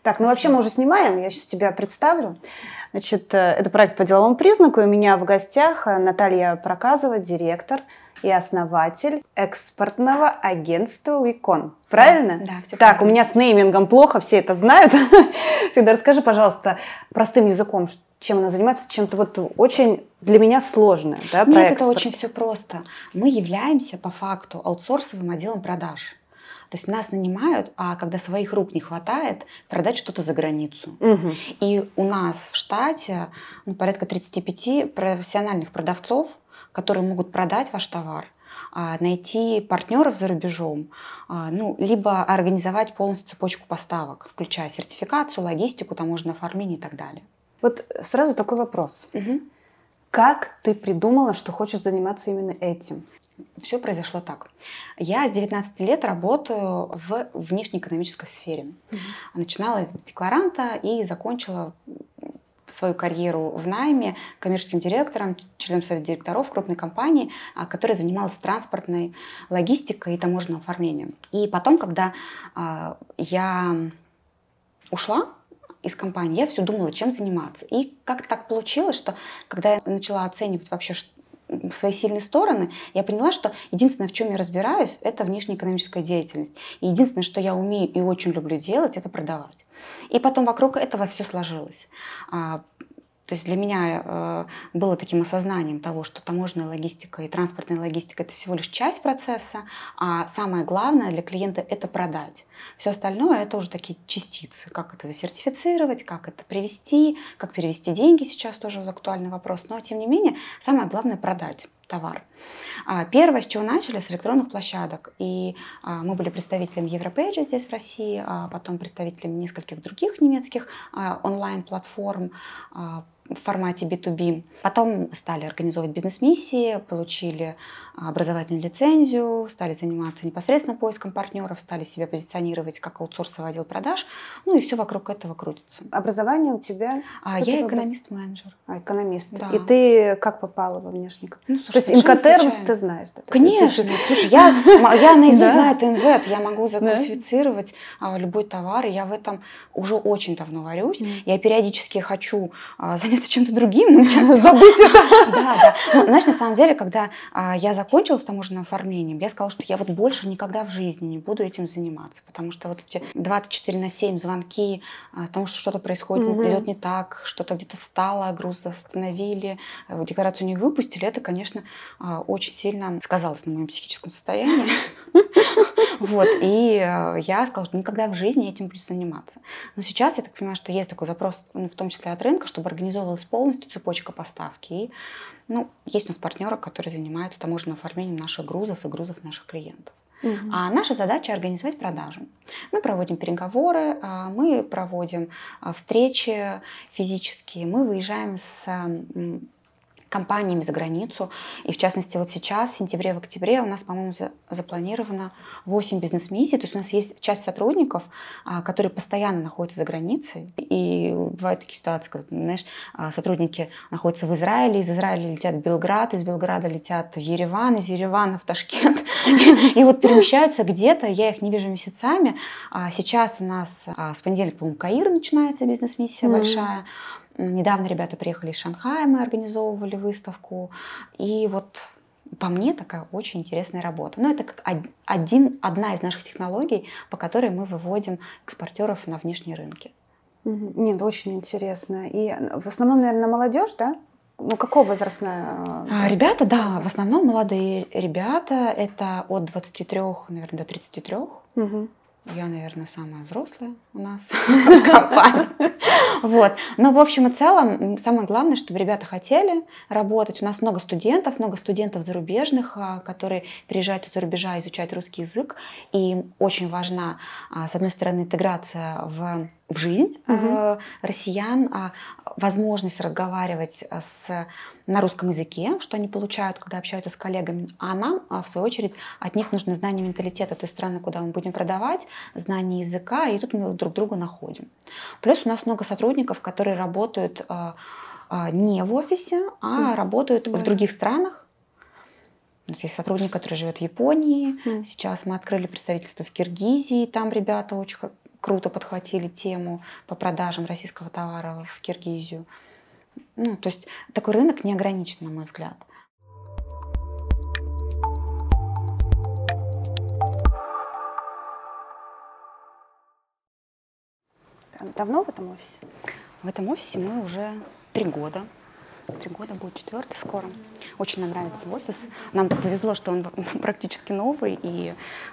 Так, ну вообще мы уже снимаем, я сейчас тебя представлю. Значит, это проект по деловому признаку, и у меня в гостях Наталья Проказова, директор и основатель экспортного агентства Викон. Правильно? Да, все так, правильно. у меня с неймингом плохо, все это знают. Всегда расскажи, пожалуйста, простым языком, чем она занимается, чем-то вот очень для меня сложное, да, про Нет, экспорт. это очень все просто. Мы являемся по факту аутсорсовым отделом продаж. То есть нас нанимают, а когда своих рук не хватает, продать что-то за границу. Угу. И у нас в штате порядка 35 профессиональных продавцов, которые могут продать ваш товар, найти партнеров за рубежом, либо организовать полностью цепочку поставок, включая сертификацию, логистику, таможенное оформление и так далее. Вот сразу такой вопрос. Угу. Как ты придумала, что хочешь заниматься именно этим? Все произошло так. Я с 19 лет работаю в внешнеэкономической сфере. Начинала с декларанта и закончила свою карьеру в найме коммерческим директором, членом совета директоров крупной компании, которая занималась транспортной логистикой и таможенным оформлением. И потом, когда я ушла из компании, я все думала, чем заниматься. И как так получилось, что когда я начала оценивать вообще свои сильные стороны, я поняла, что единственное, в чем я разбираюсь, это внешнеэкономическая деятельность. И единственное, что я умею и очень люблю делать, это продавать. И потом вокруг этого все сложилось. То есть для меня было таким осознанием того, что таможенная логистика и транспортная логистика – это всего лишь часть процесса, а самое главное для клиента – это продать. Все остальное – это уже такие частицы, как это засертифицировать, как это привезти, как перевести деньги, сейчас тоже актуальный вопрос. Но тем не менее, самое главное – продать товар. Первое, с чего начали, с электронных площадок. И мы были представителем Европейджа здесь в России, а потом представителем нескольких других немецких онлайн-платформ в формате B2B. Потом стали организовывать бизнес-миссии, получили образовательную лицензию, стали заниматься непосредственно поиском партнеров, стали себя позиционировать как аутсорсовый отдел продаж. И все вокруг этого крутится. Образование у тебя? Я экономист-менеджер. Экономист. Да. И ты как попала во внешник? Слушай, то есть инкотермс ты знаешь? Да? Конечно. Слушай, я наизусть знаю ТНВ, я могу заклассифицировать любой товар, и я в этом уже очень давно варюсь. Я периодически хочу заняться чем-то другим. Забыть это. Да. Знаешь, на самом деле, когда я закончила с таможенным оформлением, я сказала, что я вот больше никогда в жизни не буду этим заниматься, потому что вот эти 24/7 звонки, потому что что-то происходит, идет не так, что-то где-то встало, груз остановили, декларацию не выпустили, это, конечно, очень сильно сказалось на моем психическом состоянии. И я сказала, что никогда в жизни этим буду заниматься. Но сейчас я так понимаю, что есть такой запрос, в том числе от рынка, чтобы организовывалась полностью цепочка поставки. И есть у нас партнеры, которые занимаются таможенным оформлением наших грузов и грузов наших клиентов. А наша задача – организовать продажу. Мы проводим переговоры, мы проводим встречи физические, мы выезжаем с компаниями за границу. И в частности, вот сейчас, в сентябре, в октябре у нас, по-моему, запланировано 8 бизнес-миссий. То есть у нас есть часть сотрудников, которые постоянно находятся за границей. И бывают такие ситуации, когда, знаешь, сотрудники находятся в Израиле, из Израиля летят в Белград, из Белграда летят в Ереван, из Еревана в Ташкент. И вот перемещаются где-то, я их не вижу месяцами. Сейчас у нас с понедельника, по-моему, Каир начинается бизнес-миссия большая. Недавно ребята приехали из Шанхая, мы организовывали выставку. И вот по мне такая очень интересная работа. Но это как одна из наших технологий, по которой мы выводим экспортеров на внешние рынки. Нет, очень интересно. И в основном, наверное, молодежь, да? Какого возрастная? Ребята, да, в основном молодые ребята. Это от 23, наверное, до 33. Я, наверное, самая взрослая у нас в компании. Но, в общем и целом, самое главное, чтобы ребята хотели работать. У нас много студентов зарубежных, которые приезжают из-за рубежа изучать русский язык. И им очень важна, с одной стороны, интеграция в жизнь россиян, возможность разговаривать на русском языке, что они получают, когда общаются с коллегами, а нам, в свою очередь, от них нужно знание менталитета той страны, куда мы будем продавать, знание языка, и тут мы друг друга находим. Плюс у нас много сотрудников, которые работают не в офисе, а работают в других странах. У нас есть сотрудник, который живет в Японии. Сейчас мы открыли представительство в Киргизии, там ребята очень круто подхватили тему по продажам российского товара в Киргизию. Ну, то есть такой рынок не ограничен, на мой взгляд. Давно в этом офисе? В этом офисе мы уже 3 года. 3 года, будет 4-й скоро. Очень нам нравится офис. Нам повезло, что он практически новый, и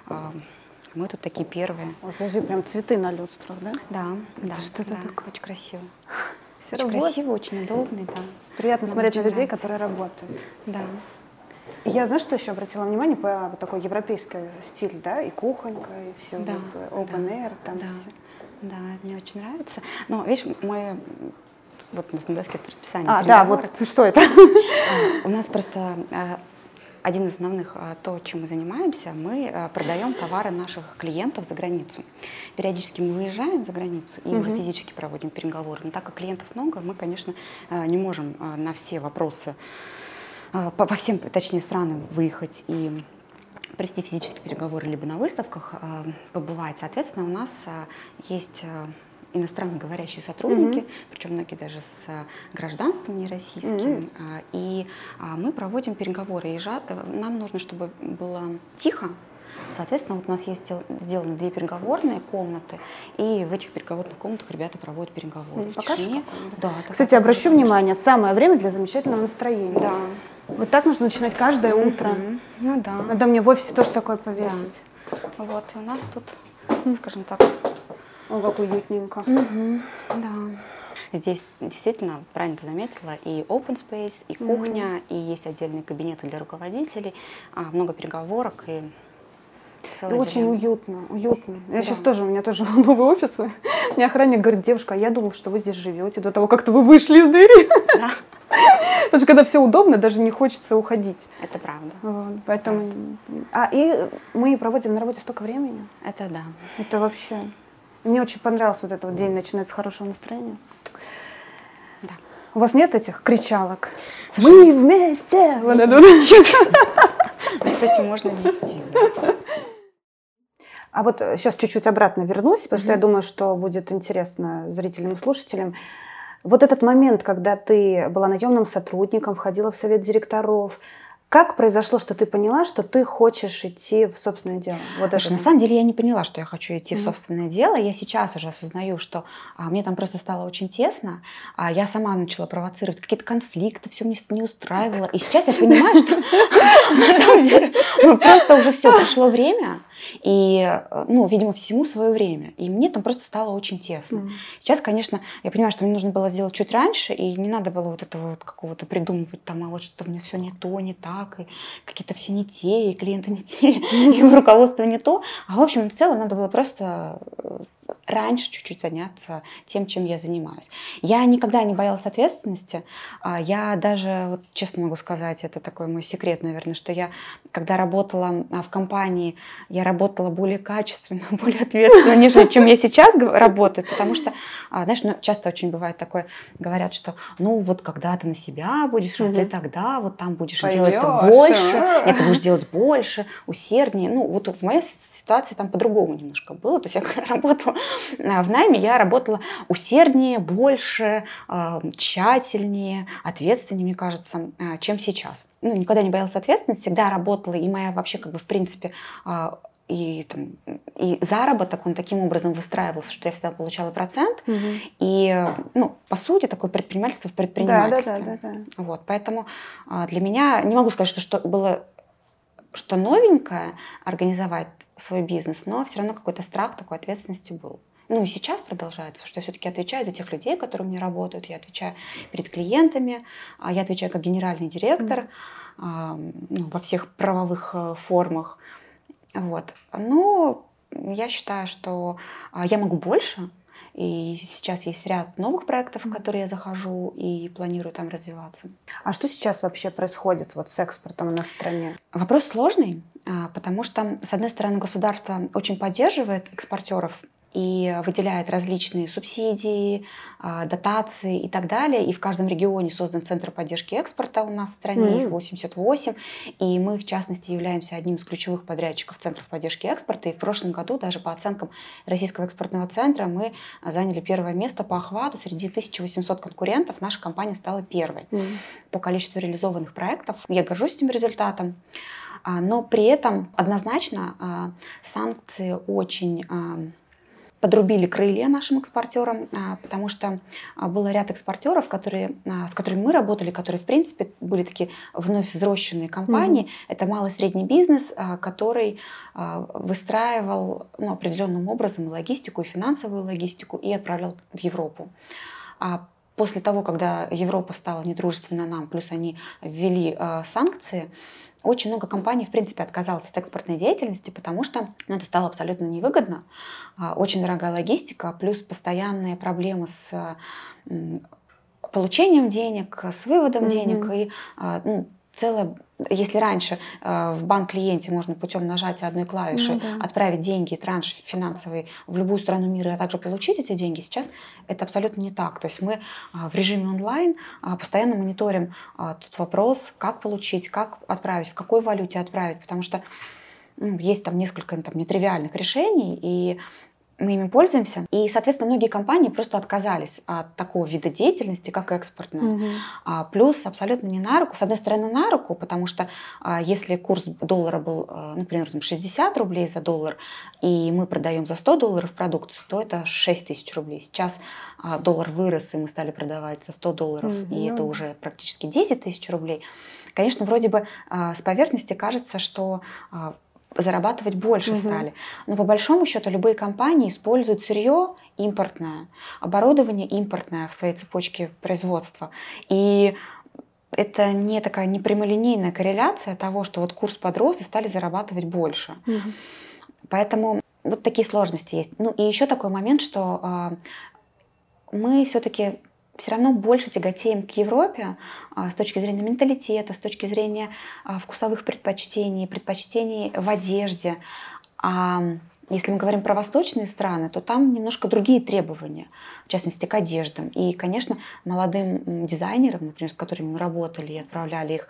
мы тут такие первые. Вот, подожди, прям цветы на люстрах, да? Да, да. Что это да, такое? очень красиво. Все Очень работает. красиво, очень удобный, да. Приятно Нам смотреть на очень людей, нравится. которые работают. Да. Я, знаешь, что еще обратила внимание? По вот такой европейский стиль, да? И кухонька, и все, Да, open air, там да. все. Да, мне очень нравится. Но, видишь, мы... Вот у нас на доске расписание. Да, вот что это? У нас просто один из основных, то, чем мы занимаемся, мы продаем товары наших клиентов за границу. Периодически мы выезжаем за границу и уже физически проводим переговоры. Но так как клиентов много, мы, конечно, не можем на все вопросы, по всем, точнее, странам выехать и провести физические переговоры либо на выставках побывать. Соответственно, у нас есть иностранно говорящие сотрудники, причем многие даже с гражданством не российским, и мы проводим переговоры. И нам нужно, чтобы было тихо. Соответственно, вот у нас есть сделаны 2 переговорные комнаты, и в этих переговорных комнатах ребята проводят переговоры. Покажешь? Да. Кстати, обращу внимание, самое время для замечательного настроения. Да. Вот так нужно начинать каждое утро. Ну да. Надо мне в офисе тоже такое повесить. Да. Вот, и у нас тут, скажем так... О, как уютненько. Да. Здесь действительно, правильно ты заметила, и open space, и кухня, и есть отдельные кабинеты для руководителей, много переговорок и целый Очень день. уютно. Я сейчас тоже, у меня тоже новый офис. Мне охранник говорит: девушка, а я думал, что вы здесь живете до того, как вы вышли из двери. Да, Потому что когда все удобно, даже не хочется уходить. это правда. Вот, поэтому... И мы проводим на работе столько времени. Это да. Это вообще... Мне очень понравился вот этот вот день начинать с хорошего настроения. Да. У вас нет этих кричалок? Мы вместе! Вот это вот. Кстати, можно вести. А вот сейчас чуть-чуть обратно вернусь, потому что я думаю, что будет интересно зрителям и слушателям. Вот этот момент, когда ты была наемным сотрудником, входила в совет директоров, как произошло, что ты поняла, что ты хочешь идти в собственное дело? Вот Слушай, на самом деле я не поняла, что я хочу идти в собственное дело. Я сейчас уже осознаю, что мне там просто стало очень тесно. Я сама начала провоцировать какие-то конфликты, все мне не устраивало. И сейчас я понимаю, что на самом деле просто уже все, пришло время. И, видимо, всему свое время. И мне там просто стало очень тесно. Сейчас, конечно, я понимаю, что мне нужно было сделать чуть раньше, и не надо было вот этого вот какого-то придумывать, там, а вот что-то мне все не то, не так, и какие-то все не те, и клиенты не те, и руководство не то. А в общем, в целом надо было просто раньше чуть-чуть заняться тем, чем я занимаюсь. Я никогда не боялась ответственности. Я даже, вот, честно могу сказать, это такой мой секрет, наверное, что я, когда работала в компании, я работала более качественно, более ответственно, нежели чем я сейчас работаю, потому что, знаешь, часто очень бывает такое, говорят, что, вот когда ты на себя будешь, ты тогда вот там будешь делать больше, это будешь делать больше, усерднее. Вот в моей ситуации там по-другому немножко было. То есть я когда работала в найме, я работала усерднее, больше, тщательнее, ответственнее, мне кажется, чем сейчас. Никогда не боялась ответственности, всегда работала, и моя вообще в принципе и заработок, он таким образом выстраивался, что я всегда получала процент. И, по сути, такое предпринимательство в предпринимательстве. Да. Вот, поэтому для меня, не могу сказать, что было что новенькое организовать свой бизнес, но все равно какой-то страх такой ответственности был. И сейчас продолжает, потому что я все-таки отвечаю за тех людей, которые у меня работают, я отвечаю перед клиентами, я отвечаю как генеральный директор во всех правовых формах. Вот. Но я считаю, что я могу больше, и сейчас есть ряд новых проектов, в которые я захожу и планирую там развиваться. А что сейчас вообще происходит с экспортом у нас в стране? Вопрос сложный, потому что, с одной стороны, государство очень поддерживает экспортеров, и выделяет различные субсидии, дотации и так далее. И в каждом регионе создан центр поддержки экспорта у нас в стране, их 88. И мы, в частности, являемся одним из ключевых подрядчиков центров поддержки экспорта. И в прошлом году, даже по оценкам Российского экспортного центра, мы заняли первое место по охвату. Среди 1800 конкурентов наша компания стала первой по количеству реализованных проектов. Я горжусь этим результатом. Но при этом однозначно санкции очень подрубили крылья нашим экспортерам, потому что был ряд экспортеров, с которыми мы работали, которые, в принципе, были такие вновь взросшенные компании. Это малый и средний бизнес, который выстраивал определенным образом логистику, и финансовую логистику, и отправлял в Европу. После того, когда Европа стала недружественна нам, плюс они ввели санкции, очень много компаний, в принципе, отказалось от экспортной деятельности, потому что это стало абсолютно невыгодно. Очень дорогая логистика, плюс постоянные проблемы с получением денег, с выводом денег. И если раньше в банк-клиенте можно путем нажатия одной клавиши отправить деньги, транш финансовый в любую страну мира, а также получить эти деньги, сейчас это абсолютно не так. То есть мы в режиме онлайн постоянно мониторим тот вопрос, как получить, как отправить, в какой валюте отправить, потому что есть там несколько нетривиальных решений, и мы ими пользуемся. И, соответственно, многие компании просто отказались от такого вида деятельности, как экспортная. Плюс абсолютно не на руку. С одной стороны, на руку, потому что если курс доллара был, например, 60 рублей за доллар, и мы продаем за $100 продукцию, то это 6 тысяч рублей. Сейчас доллар вырос, и мы стали продавать за $100, и это уже практически 10 тысяч рублей. Конечно, вроде бы с поверхности кажется, что зарабатывать больше стали. Но по большому счету любые компании используют сырье импортное, оборудование импортное в своей цепочке производства. И это не такая непрямолинейная корреляция того, что вот курс подрос и стали зарабатывать больше. Поэтому вот такие сложности есть. И еще такой момент, что мы все-таки все равно больше тяготеем к Европе с точки зрения менталитета, с точки зрения вкусовых предпочтений в одежде. А если мы говорим про восточные страны, то там немножко другие требования, в частности, к одеждам. И, конечно, молодым дизайнерам, например, с которыми мы работали и отправляли их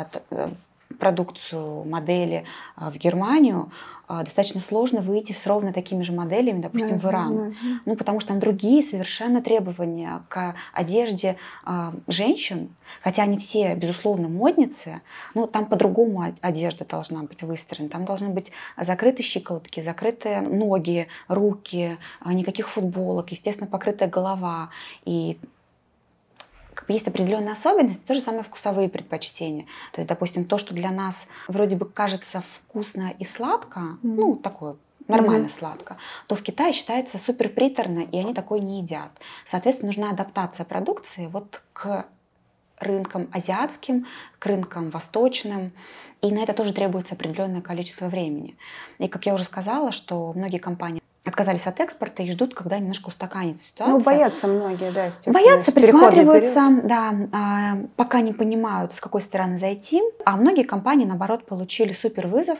продукцию, модели в Германию, достаточно сложно выйти с ровно такими же моделями, допустим, в Иран. Потому что там другие совершенно требования к одежде женщин, хотя они все, безусловно, модницы, но там по-другому одежда должна быть выстроена. Там должны быть закрыты щиколотки, закрытые ноги, руки, никаких футболок, естественно, покрытая голова. И есть определенные особенности, то же самое вкусовые предпочтения. То есть, допустим, то, что для нас вроде бы кажется вкусно и сладко, такое нормально сладко, то в Китае считается супер приторно, и они такое не едят. Соответственно, нужна адаптация продукции вот к рынкам азиатским, к рынкам восточным, и на это тоже требуется определенное количество времени. И, как я уже сказала, что многие компании отказались от экспорта и ждут, когда немножко устаканится ситуация. Боятся многие, да, естественно. Боятся, присматриваются, да, пока не понимают, с какой стороны зайти. А многие компании, наоборот, получили супер вызов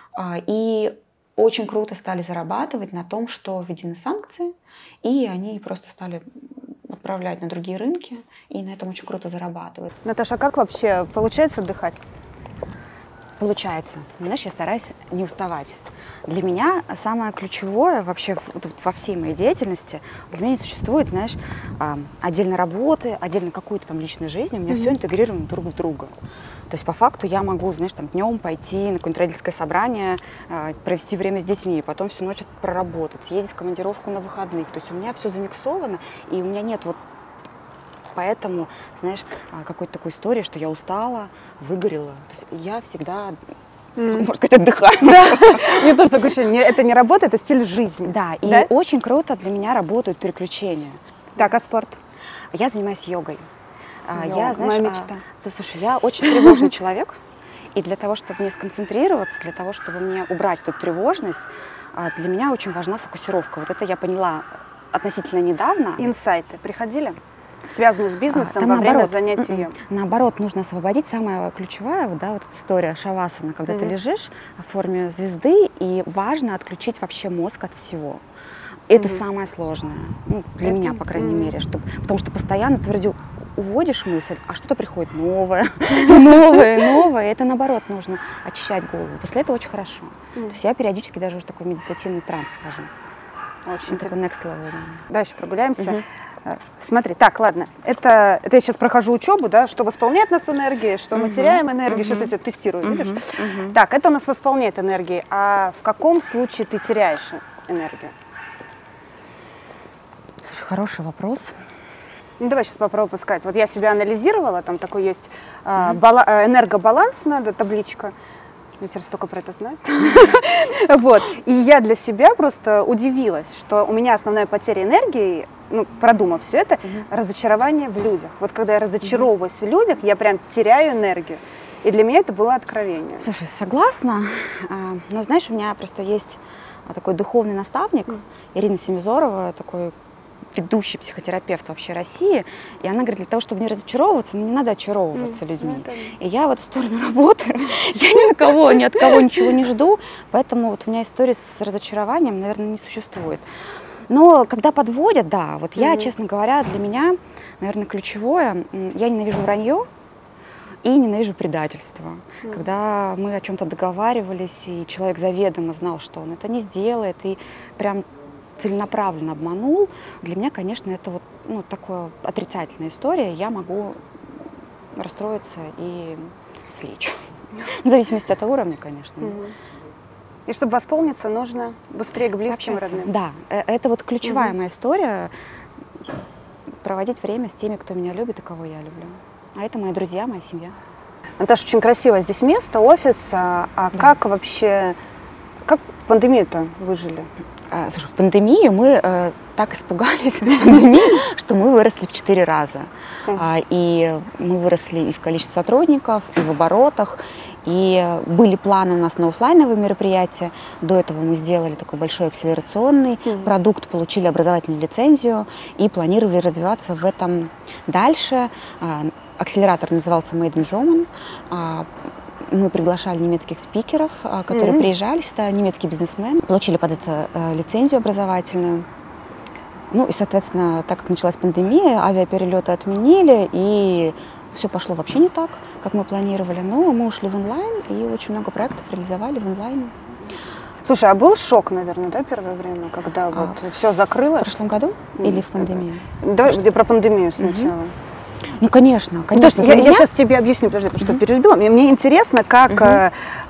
и очень круто стали зарабатывать на том, что введены санкции, и они просто стали отправлять на другие рынки, и на этом очень круто зарабатывают. Наташа, а как вообще получается отдыхать? Получается. Знаешь, я стараюсь не уставать. Для меня самое ключевое вообще во всей моей деятельности, для меня не существует, знаешь, отдельно работы, отдельно какой-то там личной жизни, у меня все интегрировано друг в друга. То есть по факту я могу, знаешь, там днем пойти на какое-нибудь родительское собрание, провести время с детьми, потом всю ночь проработать, съездить в командировку на выходных. То есть у меня все замиксовано, и у меня нет вот поэтому, знаешь, какой-то такой истории, что я устала, выгорела. То есть я всегда, можно сказать, отдыхаю. Да, мне тоже такое ощущение. Это не работа, это стиль жизни. Да, и очень круто для меня работают переключения. Так, а спорт? Я занимаюсь йогой. Моя мечта. Слушай, я очень тревожный человек, и для того, чтобы мне сконцентрироваться, для того, чтобы мне убрать эту тревожность, для меня очень важна фокусировка. Вот это я поняла относительно недавно. Инсайты приходили? Связанные с бизнесом во время занятий йогой? Наоборот, нужно освободить. Самая ключевая, вот эта история шавасана, когда ты лежишь в форме звезды, и важно отключить вообще мозг от всего. Это самое сложное, для меня, по крайней мере, потому что постоянно ты вроде уводишь мысль, а что-то приходит новое, новое. Это наоборот нужно очищать голову. После этого очень хорошо. То есть я периодически даже уже в такой медитативный транс вхожу. Очень такой next level. Дальше прогуляемся. Смотри, так, ладно, это я сейчас прохожу учебу, да, что восполняет нас энергией, что мы теряем энергию, сейчас я тебя тестирую, видишь? Так, это у нас восполняет энергией, а в каком случае ты теряешь энергию? Слушай, хороший вопрос. Ну, давай сейчас попробуем поискать. Вот я себя анализировала, там такой есть энергобаланс, надо, табличка. Я теперь столько про это знаю. Вот. И я для себя просто удивилась, что у меня основная потеря энергии, продумав все это, разочарование в людях. Вот когда я разочаровываюсь в людях, я прям теряю энергию. И для меня это было откровение. Слушай, согласна. Но знаешь, у меня просто есть такой духовный наставник, Ирина Семизорова, такой ведущий психотерапевт вообще России, и она говорит, для того, чтобы не разочаровываться, не надо очаровываться людьми. И я в эту сторону работаю, я ни от кого ничего не жду, поэтому вот у меня история с разочарованием, наверное, не существует. Но когда подводят, да, вот я, честно говоря, для меня, наверное, ключевое, я ненавижу вранье и ненавижу предательство. Когда мы о чем-то договаривались, и человек заведомо знал, что он это не сделает, и прям целенаправленно обманул, для меня, конечно, это вот такая отрицательная история. Я могу расстроиться и слечь. В зависимости от уровня, конечно. И чтобы восполниться, нужно быстрее к близким, родным. Да, это вот ключевая моя история. Проводить время с теми, кто меня любит и кого я люблю. А это мои друзья, моя семья. Наташа, очень красивое здесь место, офис. Как вообще, как пандемию-то выжили? Слушай, в пандемию мы так испугались пандемии, что мы выросли в 4 раза. И мы выросли и в количестве сотрудников, и в оборотах. И были планы у нас на офлайновые мероприятия. До этого мы сделали такой большой акселерационный продукт, получили образовательную лицензию и планировали развиваться в этом дальше. Акселератор назывался Made in German. Мы приглашали немецких спикеров, которые приезжали сюда, немецкие бизнесмены, получили под это лицензию образовательную. Ну и, соответственно, так как началась пандемия, авиаперелеты отменили, и все пошло вообще не так, как мы планировали. Но мы ушли в онлайн, и очень много проектов реализовали в онлайне. Слушай, а был шок, наверное, да, первое время, когда вот все закрылось? В прошлом году или в пандемии? Давай про пандемию сначала. Ну, конечно. Я сейчас тебе объясню, подожди, потому что перебила. Мне интересно, как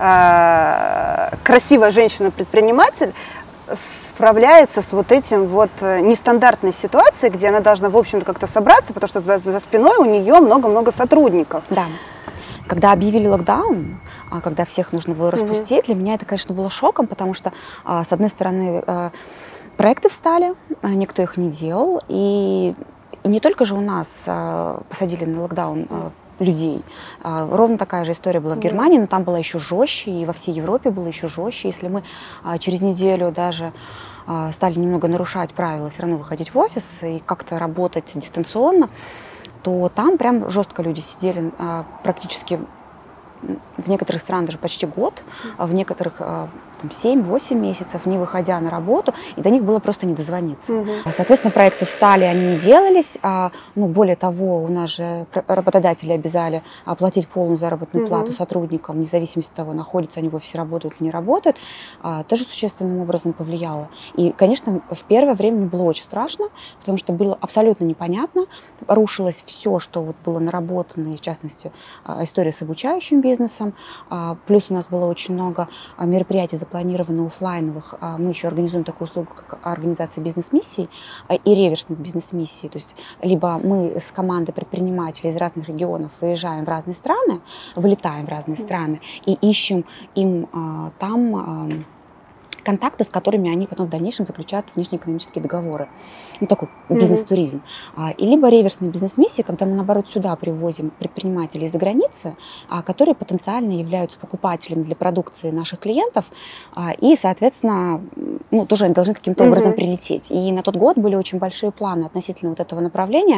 красивая женщина-предприниматель справляется с вот этим вот нестандартной ситуацией, где она должна, в общем-то, как-то собраться, потому что за спиной у нее много-много сотрудников. Да. Когда объявили локдаун, когда всех нужно было распустить, для меня это, конечно, было шоком, потому что, с одной стороны, проекты встали, никто их не делал, и не только же у нас посадили на локдаун людей. Ровно такая же история была в Германии, но там было еще жестче, и во всей Европе было еще жестче. Если мы через неделю даже стали немного нарушать правила, все равно выходить в офис и как-то работать дистанционно, то там прям жестко люди сидели практически в некоторых странах даже почти год, в некоторых 7-8 месяцев, не выходя на работу, и до них было просто не дозвониться. Соответственно, проекты встали, они не делались. Более того, у нас же работодатели обязали оплатить полную заработную плату сотрудникам, вне зависимости от того, находятся они в офисе, работают или не работают, тоже существенным образом повлияло. И, конечно, в первое время мне было очень страшно, потому что было абсолютно непонятно, рушилось все, что вот было наработано, и в частности, история с обучающим бизнесом. Плюс у нас было очень много мероприятий запланировано офлайновых. Мы еще организуем такую услугу, как организация бизнес-миссий и реверсных бизнес-миссий. То есть либо мы с командой предпринимателей из разных регионов выезжаем в разные страны, вылетаем в разные страны и ищем им там контакты, с которыми они потом в дальнейшем заключают внешнеэкономические договоры. Такой бизнес-туризм. И либо реверсные бизнес-миссии, когда мы, наоборот, сюда привозим предпринимателей из-за границы, которые потенциально являются покупателями для продукции наших клиентов, и, соответственно, тоже они должны каким-то образом прилететь. И на тот год были очень большие планы относительно вот этого направления,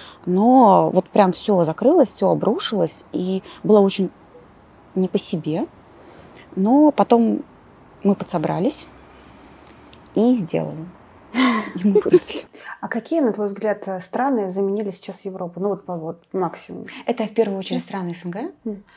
но вот прям все закрылось, все обрушилось, и было очень не по себе, но потом мы подсобрались и сделали. и мы выросли. А какие, на твой взгляд, страны заменили сейчас Европу? Ну вот по максимуму. Это в первую очередь страны СНГ.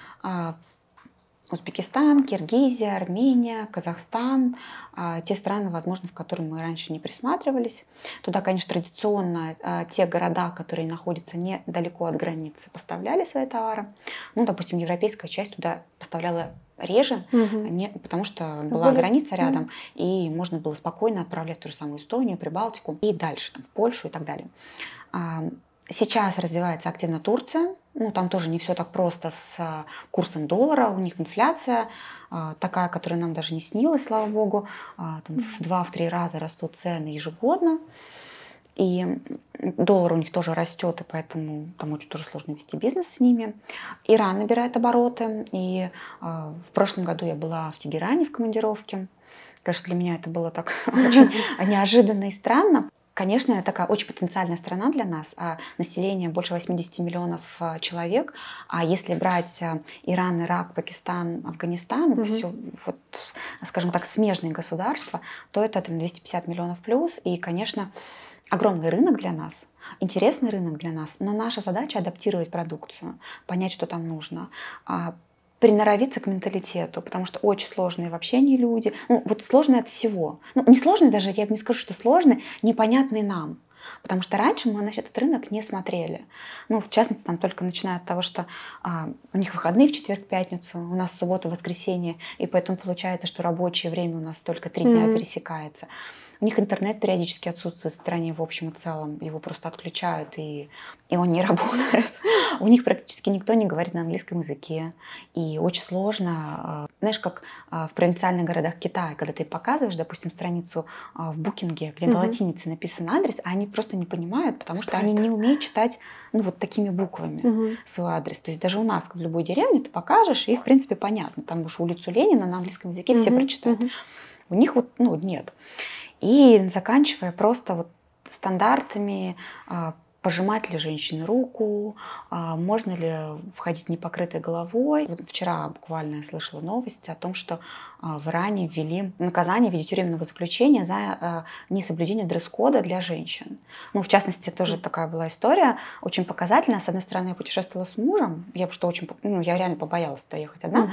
Узбекистан, Киргизия, Армения, Казахстан, те страны, возможно, в которые мы раньше не присматривались. Туда, конечно, традиционно те города, которые находятся недалеко от границы, поставляли свои товары. Ну, допустим, европейская часть туда поставляла реже, потому что была граница рядом, и можно было спокойно отправлять в ту же самую Эстонию, Прибалтику и дальше, там, в Польшу и так далее. Сейчас развивается активно Турция. Ну, там тоже не все так просто с курсом доллара. У них инфляция такая, которая нам даже не снилась, слава богу. Там в 2-3 раза растут цены ежегодно. И доллар у них тоже растет, и поэтому там очень тоже сложно вести бизнес с ними. Иран набирает обороты. И в прошлом году я была в Тегеране в командировке. Конечно, для меня это было так очень неожиданно и странно. Конечно, это такая очень потенциальная страна для нас, население больше 80 миллионов человек, а если брать Иран, Ирак, Пакистан, Афганистан, это все, вот, скажем так, смежные государства, то это там 250 миллионов плюс, и, конечно, огромный рынок для нас, интересный рынок для нас, но наша задача адаптировать продукцию, понять, что там нужно, приноровиться к менталитету, потому что очень сложные в общении люди. Ну, вот сложные от всего. Ну, не сложные даже, я бы не скажу, что сложные, непонятные нам. Потому что раньше мы на этот рынок не смотрели. Ну, в частности, там только начиная от того, что у них выходные в четверг-пятницу, у нас суббота-воскресенье, и поэтому получается, что рабочее время у нас только 3 дня пересекается. У них интернет периодически отсутствует в стране в общем и целом. Его просто отключают, и он не работает. У них практически никто не говорит на английском языке. И очень сложно. Знаешь, как в провинциальных городах Китая, когда ты показываешь, допустим, страницу в букинге, где на латинице написан адрес, а они просто не понимают, потому что они не умеют читать вот такими буквами свой адрес. То есть даже у нас в любой деревне ты покажешь, и в принципе понятно. Там уж улицу Ленина на английском языке все прочитают. У них вот нет. И заканчивая просто вот стандартами, пожимать ли женщине руку, можно ли входить непокрытой головой. Вот вчера буквально я слышала новость о том, что в Иране ввели наказание в виде тюремного заключения за несоблюдение дресс-кода для женщин. Ну, в частности, тоже такая была история, очень показательная. С одной стороны, я путешествовала с мужем, я реально побоялась туда ехать одна.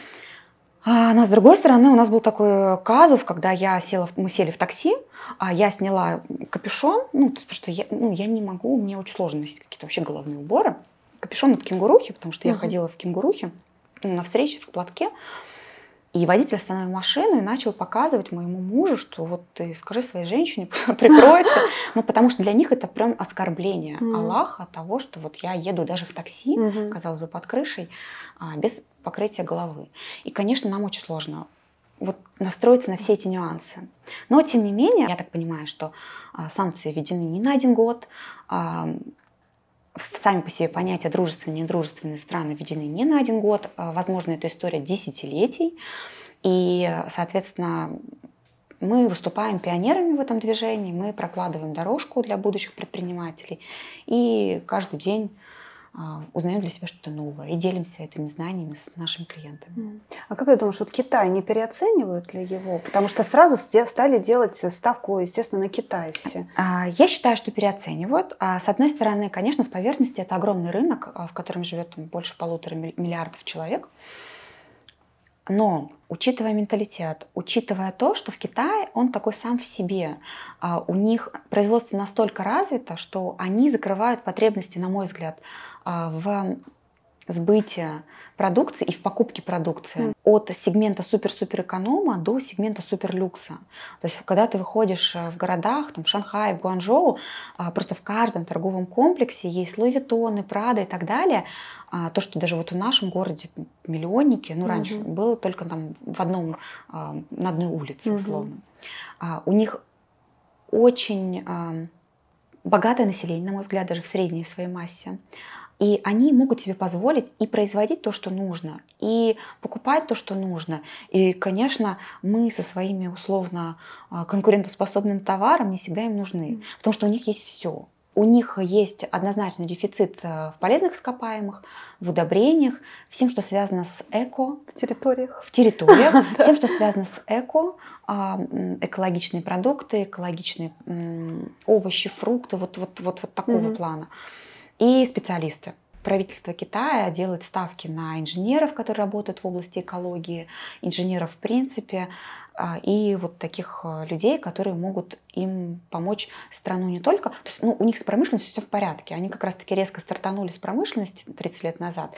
Но с другой стороны, у нас был такой казус, когда мы сели в такси, а я сняла капюшон, потому что я не могу, мне очень сложно носить какие-то вообще головные уборы. Капюшон от кенгурухи, потому что я ходила в кенгурухе на встрече в платке. И водитель остановил машину и начал показывать моему мужу, что вот ты скажи своей женщине, прикроется. Потому что для них это прям оскорбление Аллаха от того, что вот я еду даже в такси, казалось бы, под крышей, без покрытия головы. И, конечно, нам очень сложно вот настроиться на все эти нюансы. Но, тем не менее, я так понимаю, что санкции введены не на 1 год, сами по себе понятия дружественные и недружественные страны введены не на 1 год. Возможно, это история десятилетий. И, соответственно, мы выступаем пионерами в этом движении, мы прокладываем дорожку для будущих предпринимателей. И каждый день узнаем для себя что-то новое и делимся этими знаниями с нашими клиентами. А как ты думаешь, вот Китай не переоценивают ли его? Потому что сразу стали делать ставку, естественно, на Китай все. Я считаю, что переоценивают. С одной стороны, конечно, с поверхности это огромный рынок, в котором живет больше 1,5 миллиардов человек. Но, учитывая менталитет, учитывая то, что в Китае он такой сам в себе, у них производство настолько развито, что они закрывают потребности, на мой взгляд, в сбыте продукции и в покупке продукции от сегмента супер-супер эконома до сегмента супер-люкса. То есть, когда ты выходишь в городах, там, в Шанхае, в Гуанчжоу, просто в каждом торговом комплексе есть Луи Виттоны, Прада и так далее. То, что даже вот в нашем городе миллионники, раньше было только там на одной улице, условно. У них очень богатое население, на мой взгляд, даже в средней своей массе. И они могут себе позволить и производить то, что нужно, и покупать то, что нужно. И, конечно, мы со своими условно конкурентоспособным товаром не всегда им нужны, потому что у них есть все. у них есть однозначно дефицит в полезных ископаемых, в удобрениях, всем, что связано с эко. В территориях. Всем, что связано с эко, экологичные продукты, экологичные овощи, фрукты, вот такого плана. И специалисты. Правительство Китая делает ставки на инженеров, которые работают в области экологии, инженеров в принципе, и вот таких людей, которые могут им помочь страну не только... То есть, у них с промышленностью все в порядке. Они как раз-таки резко стартанули с промышленности 30 лет назад,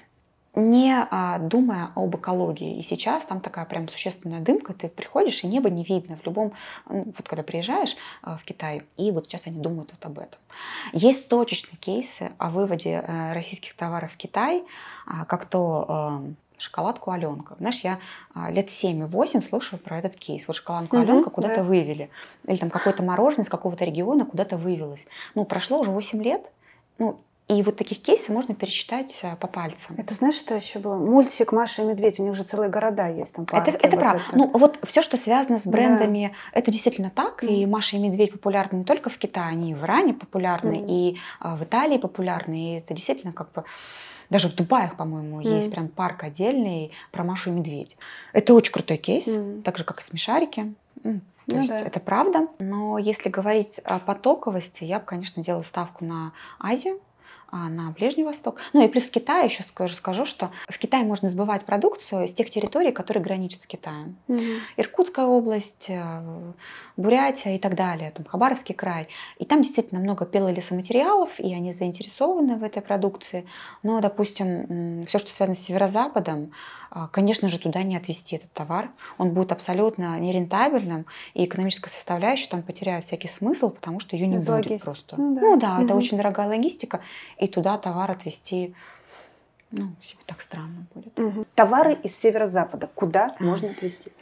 не думая об экологии. И сейчас там такая прям существенная дымка, ты приходишь, и небо не видно в любом... Вот когда приезжаешь в Китай, и вот сейчас они думают вот об этом. Есть точечные кейсы о выводе российских товаров в Китай, как то шоколадку Аленка. Знаешь, я лет 7-8 слушаю про этот кейс. Вот шоколадку Аленка куда-то вывели. Или там какое-то мороженое из какого-то региона куда-то вывелось. Прошло уже 8 лет. И вот таких кейсов можно пересчитать по пальцам. Это знаешь, что еще было? Мультик «Маша и медведь». У них же целые города есть. Там парки, это правда. Вот все, что связано с брендами, это действительно так. И «Маша и медведь» популярны не только в Китае, они и в Иране популярны, и в Италии популярны. И это действительно как бы... Даже в Дубаях, по-моему, есть прям парк отдельный про Машу и медведь. Это очень крутой кейс, так же, как и смешарики. То есть это правда. Но если говорить о потоковости, я бы, конечно, делала ставку на Азию, на Ближний Восток. И плюс в Китае еще скажу, что в Китае можно сбывать продукцию из тех территорий, которые граничат с Китаем. Иркутская область, Бурятия и так далее, там Хабаровский край. И там действительно много пилолесоматериалов, и они заинтересованы в этой продукции. Но, допустим, все, что связано с северо-западом, конечно же, туда не отвезти этот товар. Он будет абсолютно нерентабельным, и экономическая составляющая там потеряет всякий смысл, потому что ее не будет просто. Это очень дорогая логистика. И туда товар отвезти, себе так странно будет. Товары из северо-запада куда можно отвезти?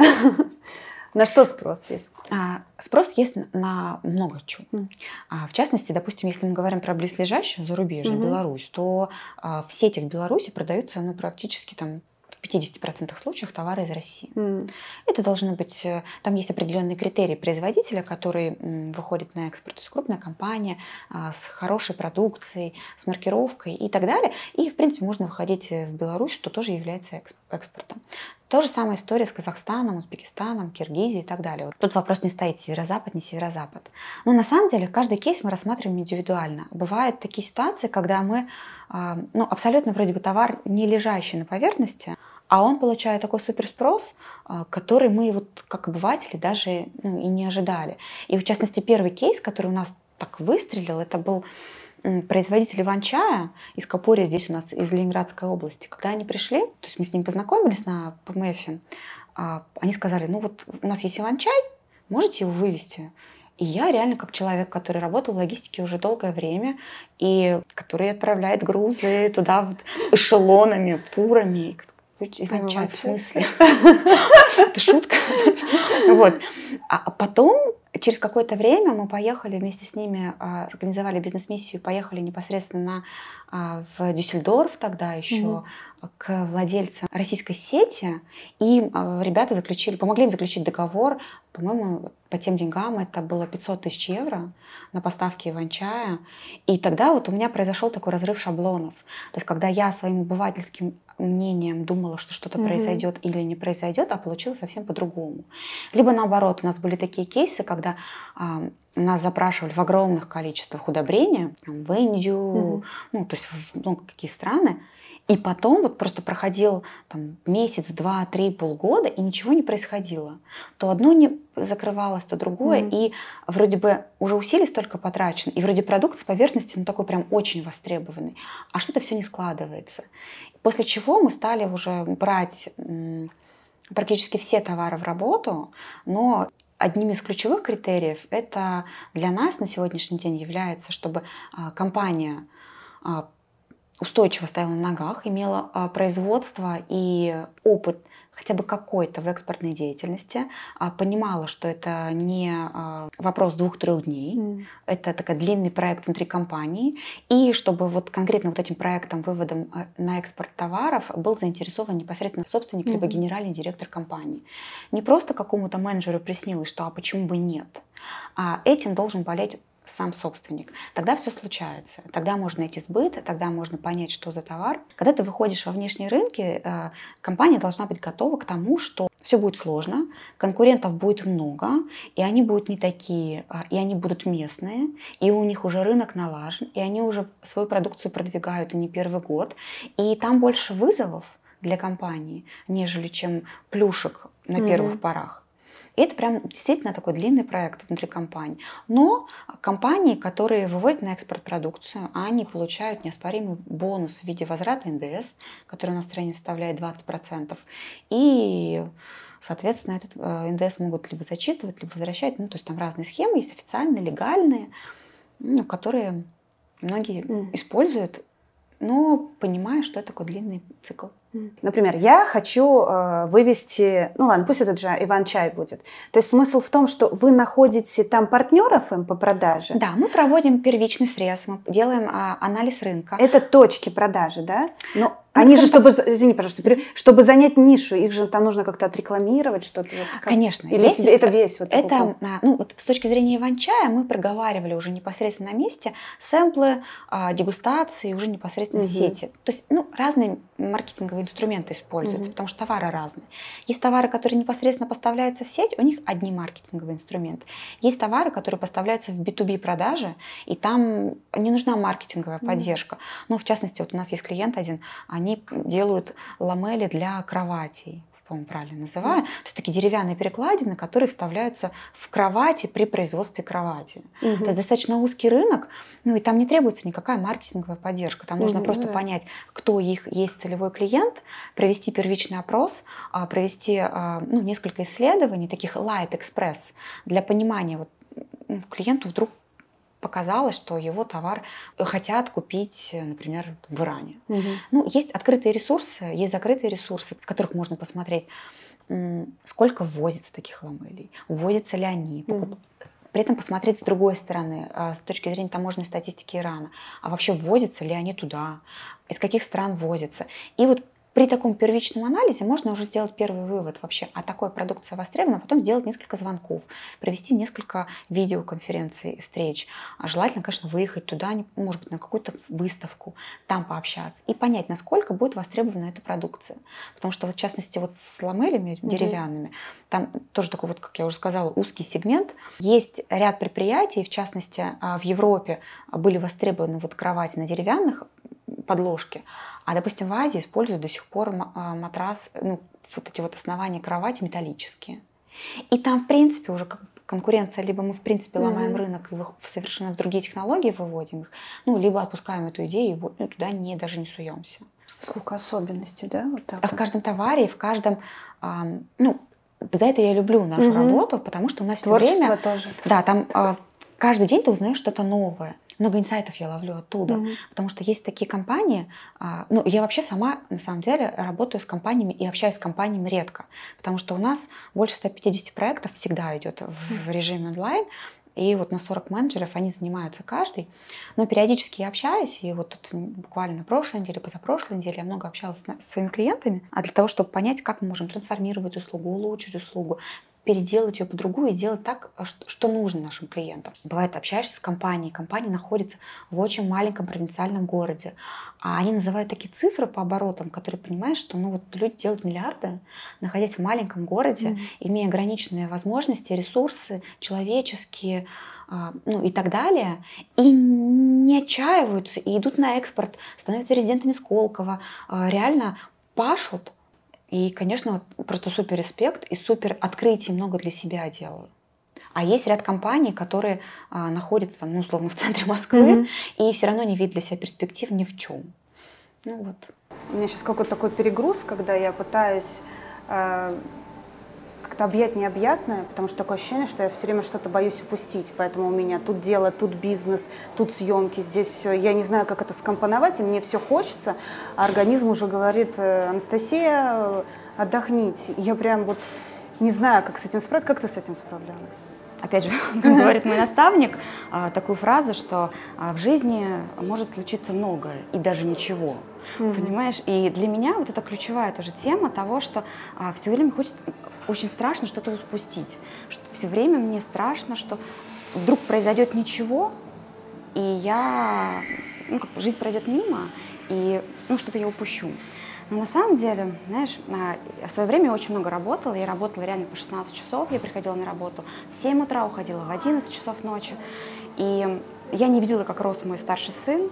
На что спрос есть? Спрос есть на много чего. В частности, допустим, если мы говорим про близлежащее зарубежье, Беларусь, то в сетях Беларуси продаются практически там в 50% случаев товары из России. Это должно быть... Там есть определенные критерии производителя, который выходит на экспорт. То есть крупная компания с хорошей продукцией, с маркировкой и так далее. И, в принципе, можно выходить в Беларусь, что тоже является экспортом. То же самая история с Казахстаном, Узбекистаном, Киргизией и так далее. Тут вопрос не стоит, северо-запад, не северо-запад. Но на самом деле каждый кейс мы рассматриваем индивидуально. Бывают такие ситуации, когда мы абсолютно вроде бы товар, не лежащий на поверхности, а он получает такой суперспрос, который мы как обыватели даже и не ожидали. И в частности первый кейс, который у нас так выстрелил, это был производитель иван-чая из Копорья, здесь у нас из Ленинградской области. Когда они пришли, то есть мы с ними познакомились на ПМФ, они сказали, у нас есть иван-чай, можете его вывезти? И я реально как человек, который работал в логистике уже долгое время, и который отправляет грузы туда эшелонами, фурами. Иван-чай, в смысле? Это шутка. А потом, через какое-то время мы поехали вместе с ними, организовали бизнес-миссию, поехали непосредственно в Дюссельдорф тогда еще к владельцам российской сети, и ребята помогли им заключить договор, по-моему, по тем деньгам это было 500 тысяч евро на поставки иван-чая, и тогда у меня произошел такой разрыв шаблонов. То есть когда я своим обывательским мнением думала, что что-то произойдет или не произойдет, а получилось совсем по-другому. Либо наоборот, у нас были такие кейсы, когда нас запрашивали в огромных количествах удобрения в Индию, то есть в много какие страны, и потом просто проходил месяц, 2, 3, полгода, и ничего не происходило. То одно не закрывалось, то другое, и вроде бы уже усилий столько потрачено, и вроде продукт с поверхности, такой прям очень востребованный, а что-то все не складывается. После чего мы стали уже брать практически все товары в работу, но одним из ключевых критериев это для нас на сегодняшний день является, чтобы компания устойчиво стояла на ногах, имела производство и опыт хотя бы какой-то в экспортной деятельности, понимала, что это не вопрос 2-3 дней, это такой длинный проект внутри компании, и чтобы конкретно этим проектом, выводом на экспорт товаров был заинтересован непосредственно собственник либо генеральный директор компании. Не просто какому-то менеджеру приснилось, что почему бы нет, а этим должен болеть сам собственник, тогда все случается. Тогда можно найти сбыт, тогда можно понять, что за товар. Когда ты выходишь во внешние рынки, компания должна быть готова к тому, что все будет сложно, конкурентов будет много, и они будут не такие, и они будут местные, и у них уже рынок налажен, и они уже свою продукцию продвигают и не первый год, и там больше вызовов для компании, нежели чем плюшек на первых порах. И это прям действительно такой длинный проект внутри компании. Но компании, которые выводят на экспорт продукцию, они получают неоспоримый бонус в виде возврата НДС, который у нас в стране составляет 20%. И, соответственно, этот НДС могут либо зачитывать, либо возвращать. Ну, то есть там разные схемы есть, официальные, легальные, которые многие используют, но понимая, что это такой длинный цикл. Например, я хочу вывести, ну ладно, пусть этот же Иван-чай будет. То есть смысл в том, что вы находите там партнеров им по продаже? Да, мы проводим первичный срез, мы делаем анализ рынка. Это точки продажи, да? Но они же, извини, пожалуйста, чтобы занять нишу, их же там нужно как-то отрекламировать, что-то. Конечно. Или это весь вот такой это, ну, вот с точки зрения Иван-чая мы проговаривали уже непосредственно на месте сэмплы, дегустации уже непосредственно в сети. То есть, ну, разные маркетинговые инструменты используются, потому что товары разные. Есть товары, которые непосредственно поставляются в сеть, у них одни маркетинговые инструменты. Есть товары, которые поставляются в B2B продажи, и там не нужна маркетинговая поддержка. Ну, в частности, вот у нас есть клиент один, они делают ламели для кроватей, по-моему, правильно называю. То есть такие деревянные перекладины, которые вставляются в кровати при производстве кровати. То есть достаточно узкий рынок, ну и там не требуется никакая маркетинговая поддержка. Там нужно просто понять, кто их есть целевой клиент, провести первичный опрос, провести несколько исследований, таких light express, для понимания, вот, клиенту вдруг показалось, что его товар хотят купить, например, в Иране. Ну, есть открытые ресурсы, есть закрытые ресурсы, в которых можно посмотреть, сколько ввозится таких ламелей, ввозятся ли они, при этом посмотреть с другой стороны, с точки зрения таможенной статистики Ирана, а вообще ввозятся ли они туда, из каких стран ввозятся. И вот при таком первичном анализе можно уже сделать первый вывод вообще, а такой продукция востребована, потом сделать несколько звонков, провести несколько видеоконференций, встреч. Желательно, конечно, выехать туда, может быть, на какую-то выставку, там пообщаться и понять, насколько будет востребована эта продукция. Потому что, вот, в частности, вот с ламелями деревянными, там тоже такой, вот, как я уже сказала, узкий сегмент. Есть ряд предприятий, в частности, в Европе были востребованы вот кровати на деревянных подложке, а, допустим, в Азии используют до сих пор матрас, ну, вот эти вот основания кровати металлические. И там, в принципе, уже как конкуренция, либо мы, в принципе, ломаем рынок и совершенно в другие технологии выводим их, ну, либо отпускаем эту идею и туда даже не суемся. Сколько особенностей, да? Вот так в каждом товаре, в каждом, за это я люблю нашу работу, потому что у нас все время... тоже. Да, там каждый день ты узнаешь что-то новое. Много инсайтов я ловлю оттуда, потому что есть такие компании, я вообще сама, на самом деле, работаю с компаниями и общаюсь с компаниями редко, потому что у нас больше 150 проектов всегда идет в режиме онлайн, и вот на 40 менеджеров они занимаются каждый, но периодически я общаюсь, и вот тут буквально на прошлой неделе, позапрошлой неделе я много общалась с своими клиентами, для того, чтобы понять, как мы можем трансформировать услугу, улучшить услугу, переделать ее по-другому и сделать так, что нужно нашим клиентам. Бывает, общаешься с компанией, компания находится в очень маленьком провинциальном городе, а они называют такие цифры по оборотам, которые понимают, что люди делают миллиарды, находясь в маленьком городе, имея ограниченные возможности, ресурсы человеческие, и так далее, и не отчаиваются, и идут на экспорт, становятся резидентами Сколково, реально пашут. И, конечно, просто супер респект и супер открытие много для себя делаю. А есть ряд компаний, которые находятся, условно, в центре Москвы, и все равно не видят для себя перспектив ни в чем. У меня сейчас какой-то такой перегруз, когда я пытаюсь как-то объять необъятное, потому что такое ощущение, что я все время что-то боюсь упустить. Поэтому у меня тут дело, тут бизнес, тут съемки, здесь все. Я не знаю, как это скомпоновать, и мне все хочется. А организм уже говорит: Анастасия, отдохните. И я прям вот не знаю, как с этим справиться. Как ты с этим справлялась? Опять же, как говорит мой наставник, такую фразу, что в жизни может случиться многое и даже ничего. Понимаешь? И для меня вот это ключевая тоже тема того, что все время хочется, очень страшно что-то упустить. Что все время мне страшно, что вдруг произойдет ничего, и жизнь пройдет мимо, и что-то я упущу. Но на самом деле, знаешь, в свое время я очень много работала. Я работала реально по 16 часов. Я приходила на работу в 7 утра, уходила в 11 часов ночи. И я не видела, как рос мой старший сын.